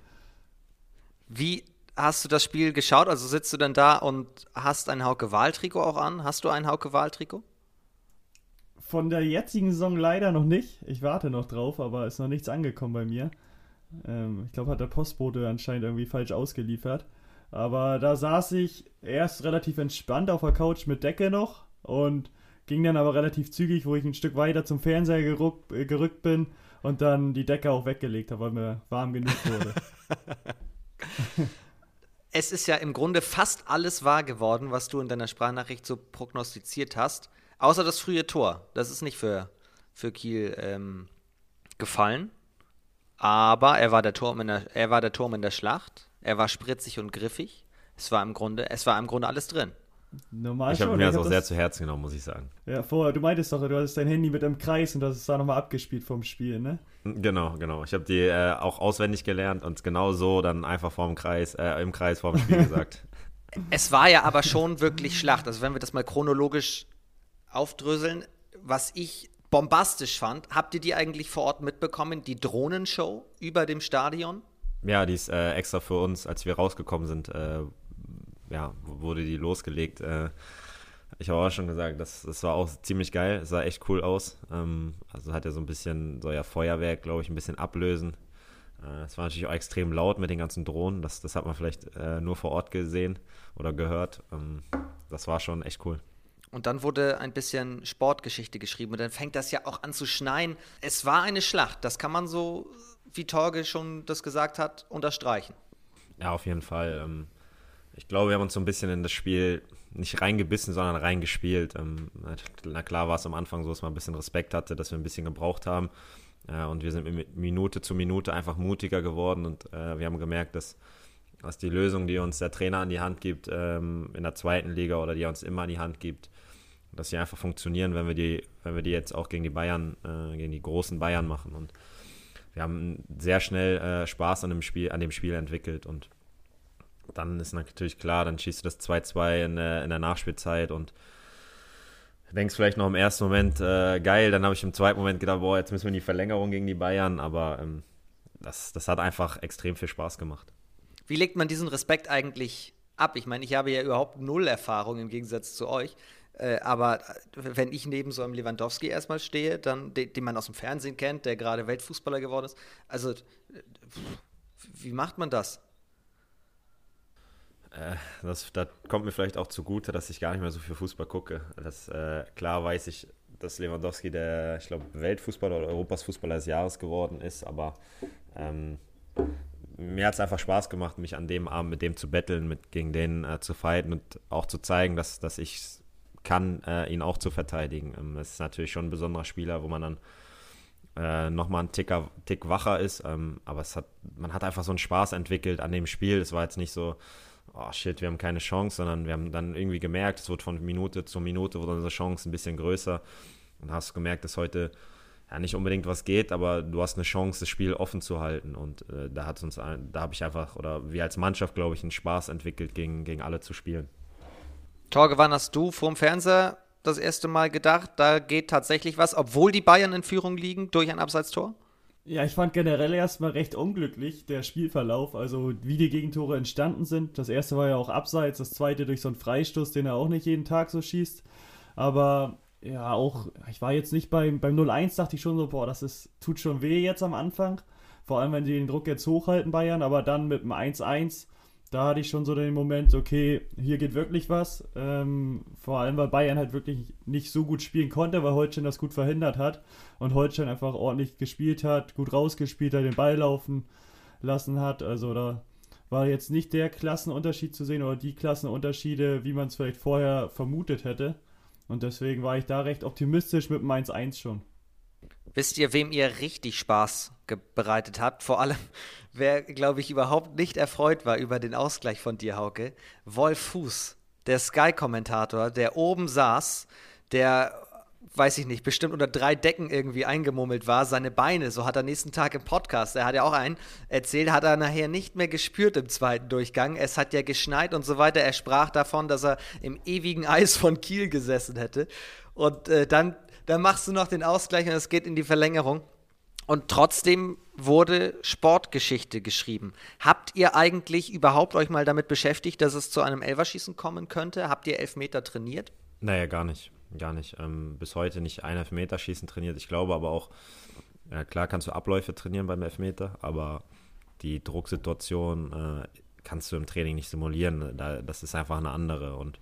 S1: Wie hast du das Spiel geschaut? Also sitzt du dann da und hast ein Hauke-Wahl-Trikot auch an? Hast du ein Hauke-Wahl-Trikot?
S4: Von der jetzigen Saison leider noch nicht. Ich warte noch drauf, aber ist noch nichts angekommen bei mir. Ähm, ich glaube, hat der Postbote anscheinend irgendwie falsch ausgeliefert. Aber da saß ich erst relativ entspannt auf der Couch mit Decke noch und ging dann aber relativ zügig, wo ich ein Stück weiter zum Fernseher gerückt, äh, gerückt bin und dann die Decke auch weggelegt habe, weil mir warm genug wurde.
S1: Es ist ja im Grunde fast alles wahr geworden, was du in deiner Sprachnachricht so prognostiziert hast, außer das frühe Tor. Das ist nicht für, für Kiel ähm, gefallen, aber er war, der Turm in der, er war der Turm in der Schlacht, er war spritzig und griffig, es war im Grunde, es war im Grunde alles drin.
S4: Normal
S3: ich habe
S4: schon,
S3: mir
S4: ich
S3: das
S4: hab
S3: auch sehr zu Herzen genommen, muss ich sagen.
S4: Ja, vorher, du meintest doch, du hattest dein Handy mit im Kreis und das ist da nochmal abgespielt vom Spiel, ne?
S3: Genau, genau. Ich habe die äh, auch auswendig gelernt und genau so dann einfach vorm Kreis, äh, im Kreis vorm Spiel gesagt.
S1: Es war ja aber schon wirklich Schlacht. Also wenn wir das mal chronologisch aufdröseln, was ich bombastisch fand, habt ihr die eigentlich vor Ort mitbekommen, die Drohnenshow über dem Stadion?
S3: Ja, die ist äh, extra für uns, als wir rausgekommen sind, äh, ja, wurde die losgelegt. Äh, ich habe auch schon gesagt, das, das war auch ziemlich geil. Es sah echt cool aus. Ähm, also hat ja so ein bisschen, soll ja Feuerwerk, glaube ich, ein bisschen ablösen. Äh, es war natürlich auch extrem laut mit den ganzen Drohnen. Das, das hat man vielleicht äh, nur vor Ort gesehen oder gehört. Ähm, das war schon echt cool.
S1: Und dann wurde ein bisschen Sportgeschichte geschrieben und dann fängt das ja auch an zu schneien. Es war eine Schlacht, das kann man so, wie Torge schon das gesagt hat, unterstreichen.
S3: Ja, auf jeden Fall. Ähm, ich glaube, wir haben uns so ein bisschen in das Spiel nicht reingebissen, sondern reingespielt. Ähm, na klar war es am Anfang so, dass man ein bisschen Respekt hatte, dass wir ein bisschen gebraucht haben. Äh, und wir sind Minute zu Minute einfach mutiger geworden und äh, wir haben gemerkt, dass, dass die Lösung, die uns der Trainer an die Hand gibt, ähm, in der zweiten Liga oder die er uns immer an die Hand gibt, dass sie einfach funktionieren, wenn wir die, wenn wir die jetzt auch gegen die Bayern, äh, gegen die großen Bayern machen. Und wir haben sehr schnell äh, Spaß an dem Spiel, an dem Spiel entwickelt und dann ist natürlich klar, dann schießt du das zwei zwei in der, in der Nachspielzeit und denkst vielleicht noch im ersten Moment, äh, geil, dann habe ich im zweiten Moment gedacht, boah, jetzt müssen wir in die Verlängerung gegen die Bayern, aber ähm, das, das hat einfach extrem viel Spaß gemacht.
S1: Wie legt man diesen Respekt eigentlich ab? Ich meine, ich habe ja überhaupt null Erfahrung im Gegensatz zu euch, äh, aber wenn ich neben so einem Lewandowski erstmal stehe, dann, den, den man aus dem Fernsehen kennt, der gerade Weltfußballer geworden ist, also wie macht man das?
S3: Das, das kommt mir vielleicht auch zugute, dass ich gar nicht mehr so viel Fußball gucke. Das, äh, klar weiß ich, dass Lewandowski der, ich glaube, Weltfußballer oder Europas Fußballer des Jahres geworden ist, aber ähm, mir hat es einfach Spaß gemacht, mich an dem Abend mit dem zu betteln, mit, gegen den äh, zu fighten und auch zu zeigen, dass, dass ich es kann, äh, ihn auch zu verteidigen. Ähm, das ist natürlich schon ein besonderer Spieler, wo man dann äh, nochmal einen Ticker, Tick wacher ist, ähm, aber es hat, man hat einfach so einen Spaß entwickelt an dem Spiel. Es war jetzt nicht so, oh shit, wir haben keine Chance, sondern wir haben dann irgendwie gemerkt, es wird von Minute zu Minute, wurde unsere Chance ein bisschen größer und hast gemerkt, dass heute ja nicht unbedingt was geht, aber du hast eine Chance, das Spiel offen zu halten und äh, da hat uns, da habe ich einfach, oder wir als Mannschaft, glaube ich, einen Spaß entwickelt, gegen, gegen alle zu spielen.
S1: Torge, wann hast du vorm Fernseher das erste Mal gedacht, da geht tatsächlich was, obwohl die Bayern in Führung liegen durch ein Abseitstor?
S4: Ja, ich fand generell erstmal recht unglücklich der Spielverlauf, also wie die Gegentore entstanden sind. Das erste war ja auch abseits, das zweite durch so einen Freistoß, den er auch nicht jeden Tag so schießt. Aber ja, auch, ich war jetzt nicht beim, beim null eins, dachte ich schon so, boah, das ist, tut schon weh jetzt am Anfang. Vor allem, wenn sie den Druck jetzt hochhalten, Bayern, aber dann mit dem eins eins, da hatte ich schon so den Moment, okay, hier geht wirklich was. Ähm, vor allem, weil Bayern halt wirklich nicht so gut spielen konnte, weil Holstein das gut verhindert hat. Und Holstein einfach ordentlich gespielt hat, gut rausgespielt hat, den Ball laufen lassen hat. Also da war jetzt nicht der Klassenunterschied zu sehen oder die Klassenunterschiede, wie man es vielleicht vorher vermutet hätte. Und deswegen war ich da recht optimistisch mit dem eins eins schon.
S1: Wisst ihr, wem ihr richtig Spaß ge- bereitet habt? Vor allem, wer, glaube ich, überhaupt nicht erfreut war über den Ausgleich von dir, Hauke. Wolf Fuß, der Sky-Kommentator, der oben saß, der, weiß ich nicht, bestimmt unter drei Decken irgendwie eingemummelt war. Seine Beine, so hat er nächsten Tag im Podcast, er hat ja auch einen erzählt, hat er nachher nicht mehr gespürt im zweiten Durchgang. Es hat ja geschneit und so weiter. Er sprach davon, dass er im ewigen Eis von Kiel gesessen hätte. Und äh, dann... Dann machst du noch den Ausgleich und es geht in die Verlängerung. Und trotzdem wurde Sportgeschichte geschrieben. Habt ihr eigentlich überhaupt euch mal damit beschäftigt, dass es zu einem Elferschießen kommen könnte? Habt ihr Elfmeter trainiert?
S3: Naja, gar nicht. Gar nicht. Ähm, bis heute nicht ein Elfmeterschießen trainiert. Ich glaube aber auch, ja, klar kannst du Abläufe trainieren beim Elfmeter, aber die Drucksituation äh, kannst du im Training nicht simulieren. Da, das ist einfach eine andere. Und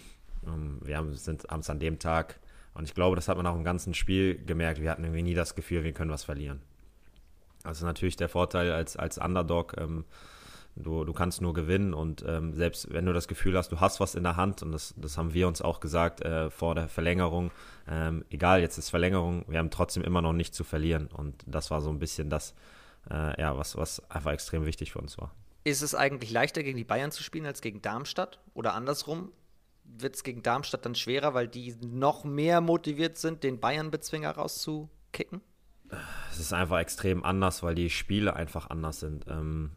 S3: ähm, wir haben es an dem Tag... Und ich glaube, das hat man auch im ganzen Spiel gemerkt. Wir hatten irgendwie nie das Gefühl, wir können was verlieren. Also natürlich der Vorteil als, als Underdog, ähm, du, du kannst nur gewinnen. Und ähm, selbst wenn du das Gefühl hast, du hast was in der Hand, und das, das haben wir uns auch gesagt äh, vor der Verlängerung, ähm, egal, jetzt ist Verlängerung, wir haben trotzdem immer noch nichts zu verlieren. Und das war so ein bisschen das, äh, ja, was, was einfach extrem wichtig für uns war.
S1: Ist es eigentlich leichter, gegen die Bayern zu spielen, als gegen Darmstadt? Oder andersrum? Wird es gegen Darmstadt dann schwerer, weil die noch mehr motiviert sind, den Bayern-Bezwinger rauszukicken?
S3: Es ist einfach extrem anders, weil die Spiele einfach anders sind. Ähm,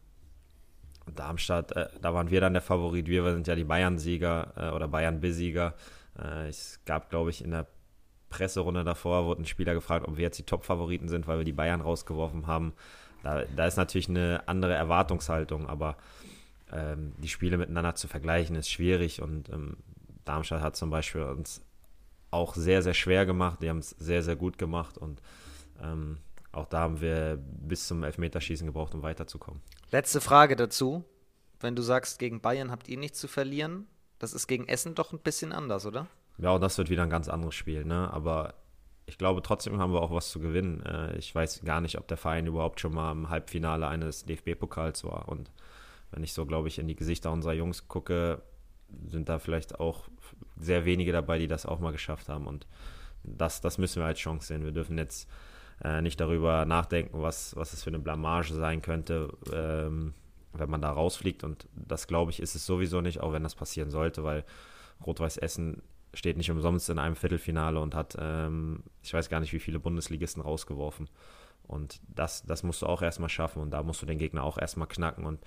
S3: Darmstadt, äh, da waren wir dann der Favorit. Wir sind ja die Bayern-Sieger äh, oder Bayern-Besieger. Äh, es gab, glaube ich, in der Presserunde davor, wurde ein Spieler gefragt, ob wir jetzt die Top-Favoriten sind, weil wir die Bayern rausgeworfen haben. Da, da ist natürlich eine andere Erwartungshaltung, aber ähm, die Spiele miteinander zu vergleichen, ist schwierig. Und ähm, Darmstadt hat zum Beispiel uns auch sehr, sehr schwer gemacht. Die haben es sehr, sehr gut gemacht. Und ähm, auch da haben wir bis zum Elfmeterschießen gebraucht, um weiterzukommen.
S1: Letzte Frage dazu. Wenn du sagst, gegen Bayern habt ihr nichts zu verlieren, das ist gegen Essen doch ein bisschen anders, oder?
S3: Ja, und das wird wieder ein ganz anderes Spiel, ne? Aber ich glaube, trotzdem haben wir auch was zu gewinnen. Äh, ich weiß gar nicht, ob der Verein überhaupt schon mal im Halbfinale eines D F B-Pokals war. Und wenn ich so, glaube ich, in die Gesichter unserer Jungs gucke, sind da vielleicht auch sehr wenige dabei, die das auch mal geschafft haben. Und das, das müssen wir als Chance sehen. Wir dürfen jetzt äh, nicht darüber nachdenken, was, was es für eine Blamage sein könnte, ähm, wenn man da rausfliegt. Und das, glaube ich, ist es sowieso nicht, auch wenn das passieren sollte, weil Rot-Weiß Essen steht nicht umsonst in einem Viertelfinale und hat, ähm, ich weiß gar nicht, wie viele Bundesligisten rausgeworfen. Und das, das musst du auch erstmal schaffen und da musst du den Gegner auch erstmal knacken. Und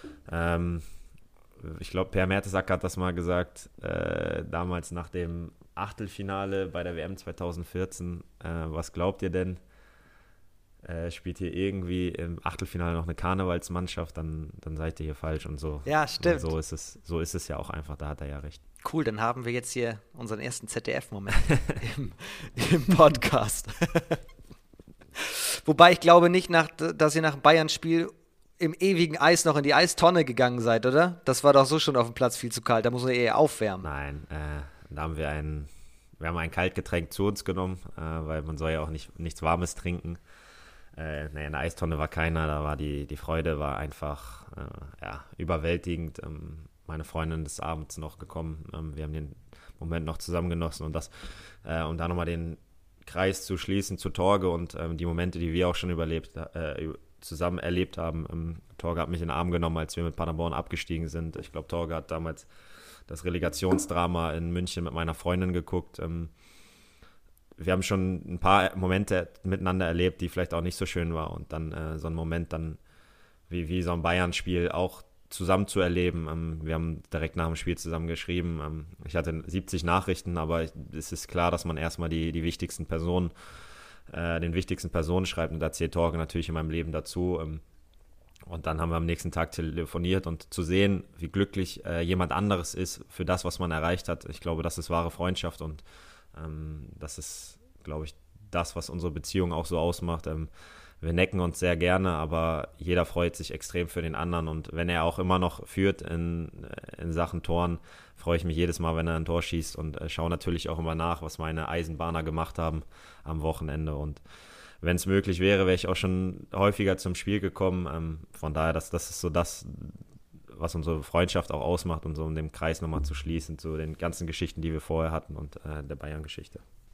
S3: ähm, ich glaube, Per Mertesacker hat das mal gesagt, äh, damals nach dem Achtelfinale bei der W M zwanzig vierzehn. Äh, was glaubt ihr denn? Äh, spielt ihr irgendwie im Achtelfinale noch eine Karnevalsmannschaft, dann, dann seid ihr hier falsch und so.
S1: Ja, stimmt.
S3: Und so ist es, so ist es ja auch einfach, da hat er ja recht.
S1: Cool, dann haben wir jetzt hier unseren ersten Z D F-Moment im, im Podcast. Wobei ich glaube nicht, nach, dass ihr nach dem Bayern-Spiel im ewigen Eis noch in die Eistonne gegangen seid, oder? Das war doch so schon auf dem Platz viel zu kalt, da muss man eher aufwärmen.
S3: Nein, äh, da haben wir ein, wir haben ein Kaltgetränk zu uns genommen, äh, weil man soll ja auch nicht, nichts Warmes trinken. Äh, nee, in der Eistonne war keiner, da war die, die Freude war einfach äh, ja, überwältigend. Ähm, meine Freundin ist abends noch gekommen, ähm, wir haben den Moment noch zusammen genossen und das, äh, um da nochmal den Kreis zu schließen zu Torge und ähm, die Momente, die wir auch schon überlebt, äh, zusammen erlebt haben. Ähm, Torge hat mich in den Arm genommen, als wir mit Paderborn abgestiegen sind. Ich glaube, Torge hat damals das Relegationsdrama in München mit meiner Freundin geguckt. Ähm, wir haben schon ein paar Momente miteinander erlebt, die vielleicht auch nicht so schön waren. Und dann äh, so ein Moment dann wie, wie so ein Bayern-Spiel auch zusammen zu erleben. Ähm, wir haben direkt nach dem Spiel zusammen geschrieben. Ähm, ich hatte siebzig Nachrichten, aber ich, es ist klar, dass man erstmal die, die wichtigsten Personen, äh, den wichtigsten Personen schreibt. Und da zählt Torge natürlich in meinem Leben dazu. Ähm, und dann haben wir am nächsten Tag telefoniert und zu sehen, wie glücklich äh, jemand anderes ist für das, was man erreicht hat. Ich glaube, das ist wahre Freundschaft und ähm, das ist, glaube ich, das, was unsere Beziehung auch so ausmacht. Ähm, wir necken uns sehr gerne, aber jeder freut sich extrem für den anderen und wenn er auch immer noch führt in, in Sachen Toren, freue ich mich jedes Mal, wenn er ein Tor schießt und äh, schaue natürlich auch immer nach, was meine Eisenbahner gemacht haben am Wochenende und wenn es möglich wäre, wäre ich auch schon häufiger zum Spiel gekommen. Ähm, von daher, das, das ist so das, was unsere Freundschaft auch ausmacht und so um den Kreis nochmal zu schließen, zu den ganzen Geschichten, die wir vorher hatten und äh, der Bayern-Geschichte.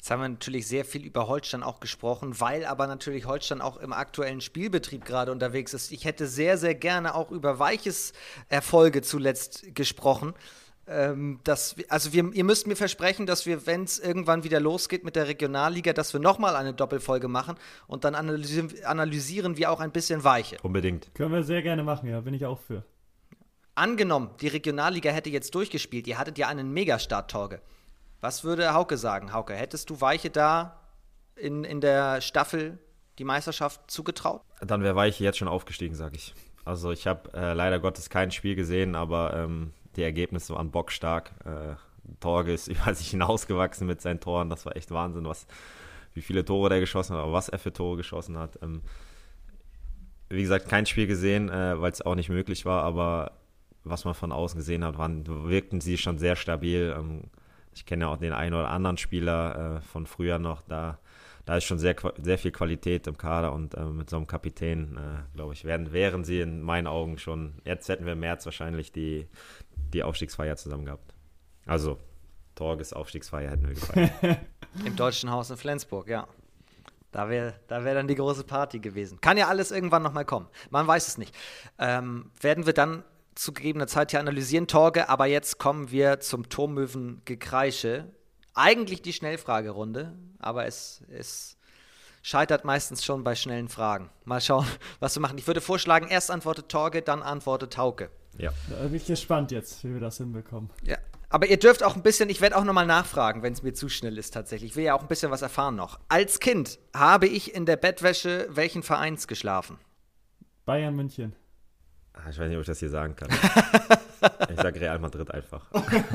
S1: Jetzt haben wir natürlich sehr viel über Holstein auch gesprochen, weil aber natürlich Holstein auch im aktuellen Spielbetrieb gerade unterwegs ist. Ich hätte sehr, sehr gerne auch über Weiches Erfolge zuletzt gesprochen. Ähm, dass wir, also wir, ihr müsst mir versprechen, dass wir, wenn es irgendwann wieder losgeht mit der Regionalliga, dass wir nochmal eine Doppelfolge machen und dann analysieren, analysieren wir auch ein bisschen Weiche.
S3: Unbedingt.
S4: Können wir sehr gerne machen, ja, bin ich auch für.
S1: Angenommen, die Regionalliga hätte jetzt durchgespielt, ihr hattet ja einen Megastart, Torge. Was würde Hauke sagen? Hauke, hättest du Weiche da in, in der Staffel die Meisterschaft zugetraut?
S3: Dann wäre Weiche jetzt schon aufgestiegen, sag ich. Also ich habe äh, leider Gottes kein Spiel gesehen, aber ähm, die Ergebnisse waren bockstark. Äh, Torge ist über sich hinausgewachsen mit seinen Toren. Das war echt Wahnsinn, was, wie viele Tore der geschossen hat, aber was er für Tore geschossen hat. Ähm, wie gesagt, kein Spiel gesehen, äh, weil es auch nicht möglich war, aber was man von außen gesehen hat, waren, wirkten sie schon sehr stabil. Ähm, Ich kenne ja auch den einen oder anderen Spieler äh, von früher noch. Da, da ist schon sehr, sehr viel Qualität im Kader und äh, mit so einem Kapitän, äh, glaube ich, wären, wären sie in meinen Augen schon, jetzt hätten wir im März wahrscheinlich die, die Aufstiegsfeier zusammen gehabt. Also, Torges Aufstiegsfeier hätten wir gefeiert.
S1: Im Deutschen Haus in Flensburg, ja. Da wäre da wär dann die große Party gewesen. Kann ja alles irgendwann nochmal kommen. Man weiß es nicht. Ähm, werden wir dann zu gegebener Zeit hier analysieren, Torge, aber jetzt kommen wir zum Turmöwen-Gekreische. Eigentlich die Schnellfragerunde, aber es, es scheitert meistens schon bei schnellen Fragen. Mal schauen, was wir machen. Ich würde vorschlagen, erst antwortet Torge, dann antwortet Hauke.
S3: Ja.
S4: Da bin ich gespannt jetzt, wie wir das hinbekommen.
S1: Ja, aber ihr dürft auch ein bisschen, ich werde auch nochmal nachfragen, wenn es mir zu schnell ist tatsächlich. Ich will ja auch ein bisschen was erfahren noch. Als Kind habe ich in der Bettwäsche welchen Vereins geschlafen?
S4: Bayern München.
S3: Ich weiß nicht, ob ich das hier sagen kann. Ich sage Real Madrid einfach.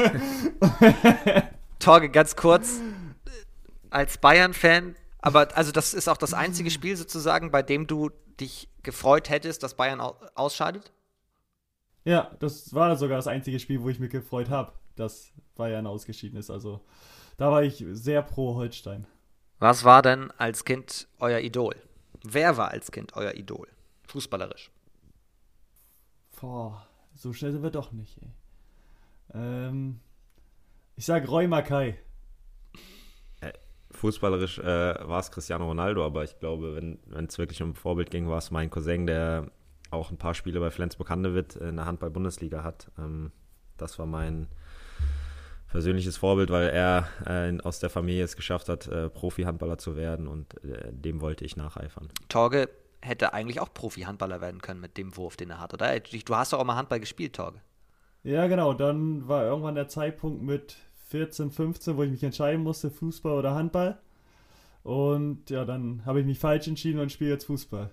S1: Torge, ganz kurz, als Bayern-Fan, aber also das ist auch das einzige Spiel sozusagen, bei dem du dich gefreut hättest, dass Bayern ausscheidet?
S4: Ja, das war sogar das einzige Spiel, wo ich mich gefreut habe, dass Bayern ausgeschieden ist. Also da war ich sehr pro Holstein.
S1: Was war denn als Kind euer Idol? Wer war als Kind euer Idol? Fußballerisch.
S4: Boah, so schnell sind wir doch nicht, ey. Ähm, ich sag Roy Mackay.
S3: Fußballerisch äh, war es Cristiano Ronaldo, aber ich glaube, wenn es wirklich um Vorbild ging, war es mein Cousin, der auch ein paar Spiele bei Flensburg-Handewitt in der Handball-Bundesliga hat. Ähm, das war mein persönliches Vorbild, weil er äh, aus der Familie es geschafft hat, äh, Profi-Handballer zu werden und äh, dem wollte ich nacheifern.
S1: Torge hätte eigentlich auch Profi-Handballer werden können mit dem Wurf, den er hat, oder? Du hast doch auch mal Handball gespielt, Torge.
S4: Ja, genau. Dann war irgendwann der Zeitpunkt mit vierzehn, fünfzehn, wo ich mich entscheiden musste, Fußball oder Handball. Und ja, dann habe ich mich falsch entschieden und spiele jetzt Fußball.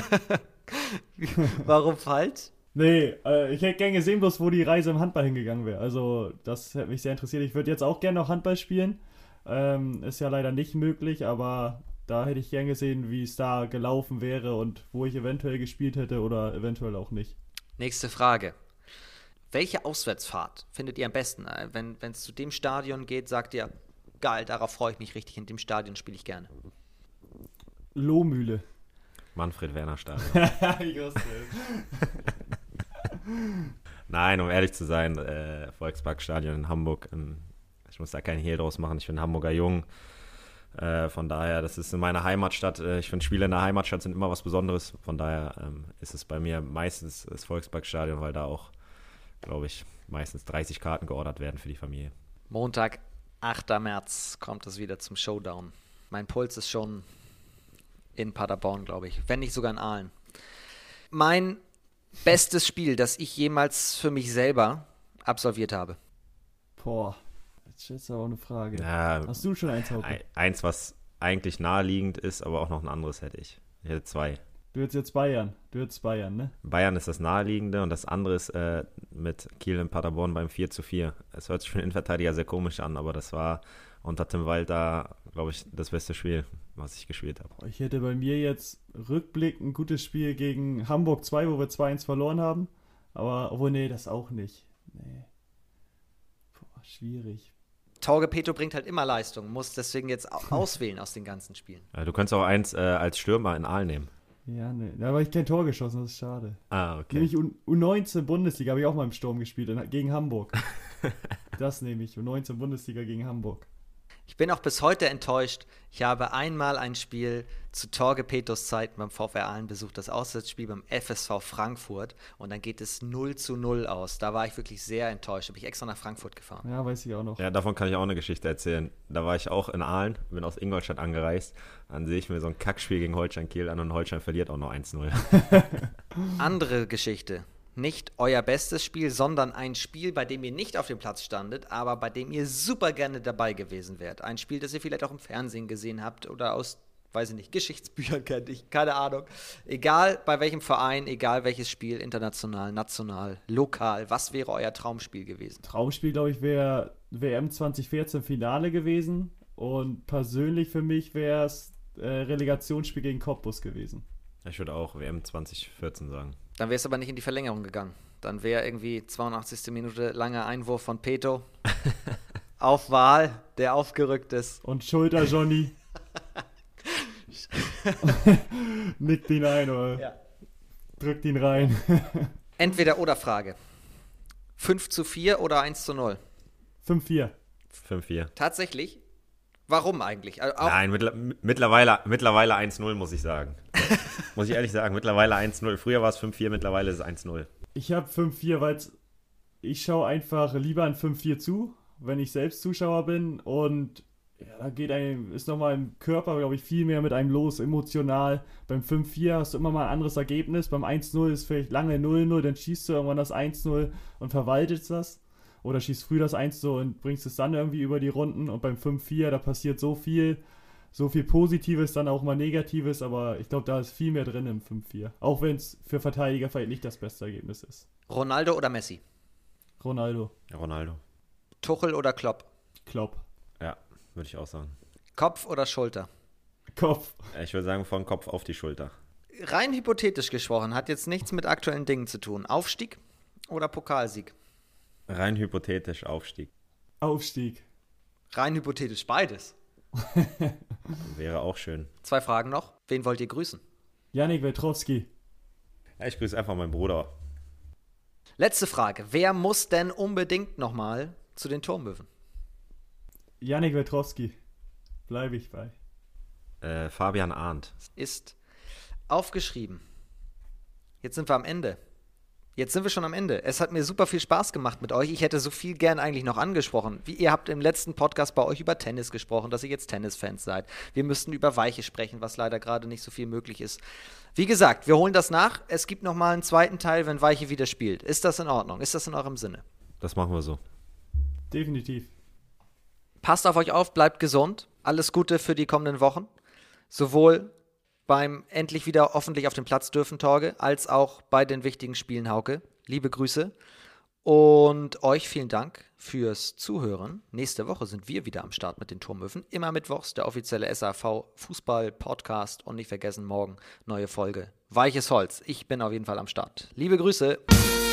S1: Warum falsch?
S4: Nee, äh, ich hätte gerne gesehen, bloß wo die Reise im Handball hingegangen wäre. Also das hätte mich sehr interessiert. Ich würde jetzt auch gerne noch Handball spielen. Ähm, ist ja leider nicht möglich, aber da hätte ich gern gesehen, wie es da gelaufen wäre und wo ich eventuell gespielt hätte oder eventuell auch nicht.
S1: Nächste Frage. Welche Auswärtsfahrt findet ihr am besten? Wenn es zu dem Stadion geht, sagt ihr, geil, darauf freue ich mich richtig, in dem Stadion spiele ich gerne.
S4: Lohmühle.
S3: Manfred-Werner-Stadion.
S4: Ich wusste es.
S3: Nein, um ehrlich zu sein, äh, Volksparkstadion in Hamburg. Ähm, ich muss da keinen Hehl draus machen. Ich bin Hamburger Jung. Äh, von daher, das ist in meiner Heimatstadt. Äh, ich finde, Spiele in der Heimatstadt sind immer was Besonderes. Von daher ähm, ist es bei mir meistens das Volksparkstadion, weil da auch, glaube ich, meistens dreißig Karten geordert werden für die Familie.
S1: Montag, achter März, kommt es wieder zum Showdown. Mein Puls ist schon in Paderborn, glaube ich. Wenn nicht sogar in Aalen. Mein bestes Spiel, das ich jemals für mich selber absolviert habe.
S4: Boah, jetzt stellst du aber auch eine Frage.
S3: Ja,
S4: Hast du schon eins, Hauke?
S3: ein, eins, was eigentlich naheliegend ist, aber auch noch ein anderes hätte ich. Ich hätte zwei.
S4: Du hättest jetzt Bayern. Du hättest Bayern, ne?
S3: Bayern ist das naheliegende und das andere ist äh, mit Kiel in Paderborn beim vier zu vier. Es hört sich für den Innenverteidiger sehr komisch an, aber das war unter Tim Walter, glaube ich, das beste Spiel, was ich gespielt habe.
S4: Ich hätte bei mir jetzt rückblickend ein gutes Spiel gegen Hamburg zwei, wo wir zwei eins verloren haben. Aber, obwohl, nee, das auch nicht. Nee. Boah, schwierig.
S1: Torge Peto bringt halt immer Leistung, muss deswegen jetzt auswählen aus den ganzen Spielen.
S3: Äh, du könntest auch eins äh, als Stürmer in Aal nehmen.
S4: Ja, nee. Da habe ich kein Tor geschossen, das ist schade.
S3: Ah, okay.
S4: Nämlich U neunzehn Bundesliga, habe ich auch mal im Sturm gespielt, in, gegen Hamburg. Das nehme ich, U neunzehn Bundesliga gegen Hamburg.
S1: Ich bin auch bis heute enttäuscht. Ich habe einmal ein Spiel zu Torge Peters Zeiten beim VfR Aalen besucht, das Auswärtsspiel beim F S V Frankfurt. Und dann geht es null zu null aus. Da war ich wirklich sehr enttäuscht. Da bin ich extra nach Frankfurt gefahren.
S4: Ja, weiß ich auch noch.
S3: Ja, davon kann ich auch eine Geschichte erzählen. Da war ich auch in Aalen, bin aus Ingolstadt angereist. Dann sehe ich mir so ein Kackspiel gegen Holstein Kiel an und Holstein verliert auch noch eins null.
S1: Andere Geschichte. Nicht euer bestes Spiel, sondern ein Spiel, bei dem ihr nicht auf dem Platz standet, aber bei dem ihr super gerne dabei gewesen wärt. Ein Spiel, das ihr vielleicht auch im Fernsehen gesehen habt oder aus, weiß ich nicht, Geschichtsbüchern kennt, ich, keine Ahnung. Egal bei welchem Verein, egal welches Spiel, international, national, lokal, was wäre euer Traumspiel gewesen?
S4: Traumspiel, glaube ich, wäre W M zwanzig vierzehn Finale gewesen. Und persönlich für mich wäre es äh, Relegationsspiel gegen Cottbus gewesen.
S3: Ich würde auch W M zwanzig vierzehn sagen.
S1: Dann wäre es aber nicht in die Verlängerung gegangen. Dann wäre irgendwie zweiundachtzigste Minute langer Einwurf von Peto auf Wahl, der aufgerückt ist.
S4: Und Schulter Johnny nickt ihn ein oder
S1: Ja.
S4: drückt ihn rein.
S1: Entweder oder Frage. fünf zu vier oder eins zu null?
S4: fünf vier.
S3: fünf vier.
S1: Tatsächlich? Warum eigentlich? Also auch
S3: Nein, mittler- mittlerweile, mittlerweile eins null, muss ich sagen. Muss ich ehrlich sagen, mittlerweile eins null. Früher war es fünf vier, mittlerweile ist es eins null.
S4: Ich habe fünf vier, weil ich schaue einfach lieber ein fünf vier zu, wenn ich selbst Zuschauer bin. Und ja, da geht einem, ist nochmal im Körper, glaube ich, viel mehr mit einem los, emotional. Beim fünf vier hast du immer mal ein anderes Ergebnis. Beim eins null ist vielleicht lange null null, dann schießt du irgendwann das eins null und verwaltest das. Oder schießt früh das eins null und bringst es dann irgendwie über die Runden. Und beim fünf vier, da passiert so viel, so viel Positives, dann auch mal Negatives. Aber ich glaube, da ist viel mehr drin im fünf vier. Auch wenn es für Verteidiger vielleicht nicht das beste Ergebnis ist.
S1: Ronaldo oder Messi?
S4: Ronaldo,
S3: Ja, Ronaldo.
S1: Tuchel oder Klopp?
S4: Klopp,
S3: Ja, würde ich auch sagen.
S1: Kopf oder Schulter?
S4: Kopf.
S3: Ich würde sagen, von Kopf auf die Schulter.
S1: Rein hypothetisch gesprochen, hat jetzt nichts mit aktuellen Dingen zu tun. Aufstieg oder Pokalsieg?
S3: Rein hypothetisch Aufstieg.
S4: Aufstieg.
S1: Rein hypothetisch beides.
S3: Wäre auch schön.
S1: Zwei Fragen noch. Wen wollt ihr grüßen?
S4: Yannick Wetrowski.
S3: Ja, ich grüße einfach meinen Bruder.
S1: Letzte Frage. Wer muss denn unbedingt nochmal zu den Turmöwen?
S4: Yannick Wetrowski. Bleibe ich bei.
S3: Äh, Fabian Arndt.
S1: Ist aufgeschrieben. Jetzt sind wir am Ende. Jetzt sind wir schon am Ende. Es hat mir super viel Spaß gemacht mit euch. Ich hätte so viel gern eigentlich noch angesprochen. Wie ihr habt im letzten Podcast bei euch über Tennis gesprochen, dass ihr jetzt Tennisfans seid. Wir müssten über Weiche sprechen, was leider gerade nicht so viel möglich ist. Wie gesagt, wir holen das nach. Es gibt nochmal einen zweiten Teil, wenn Weiche wieder spielt. Ist das in Ordnung? Ist das in eurem Sinne?
S3: Das machen wir so.
S4: Definitiv.
S1: Passt auf euch auf, bleibt gesund. Alles Gute für die kommenden Wochen. Sowohl beim endlich wieder hoffentlich auf den Platz dürfen, Torge, als auch bei den wichtigen Spielen, Hauke. Liebe Grüße. Und euch vielen Dank fürs Zuhören. Nächste Woche sind wir wieder am Start mit den Turmöwen. Immer mittwochs, der offizielle S A V-Fußball-Podcast. Und nicht vergessen, morgen neue Folge. Weiches Holz. Ich bin auf jeden Fall am Start. Liebe Grüße.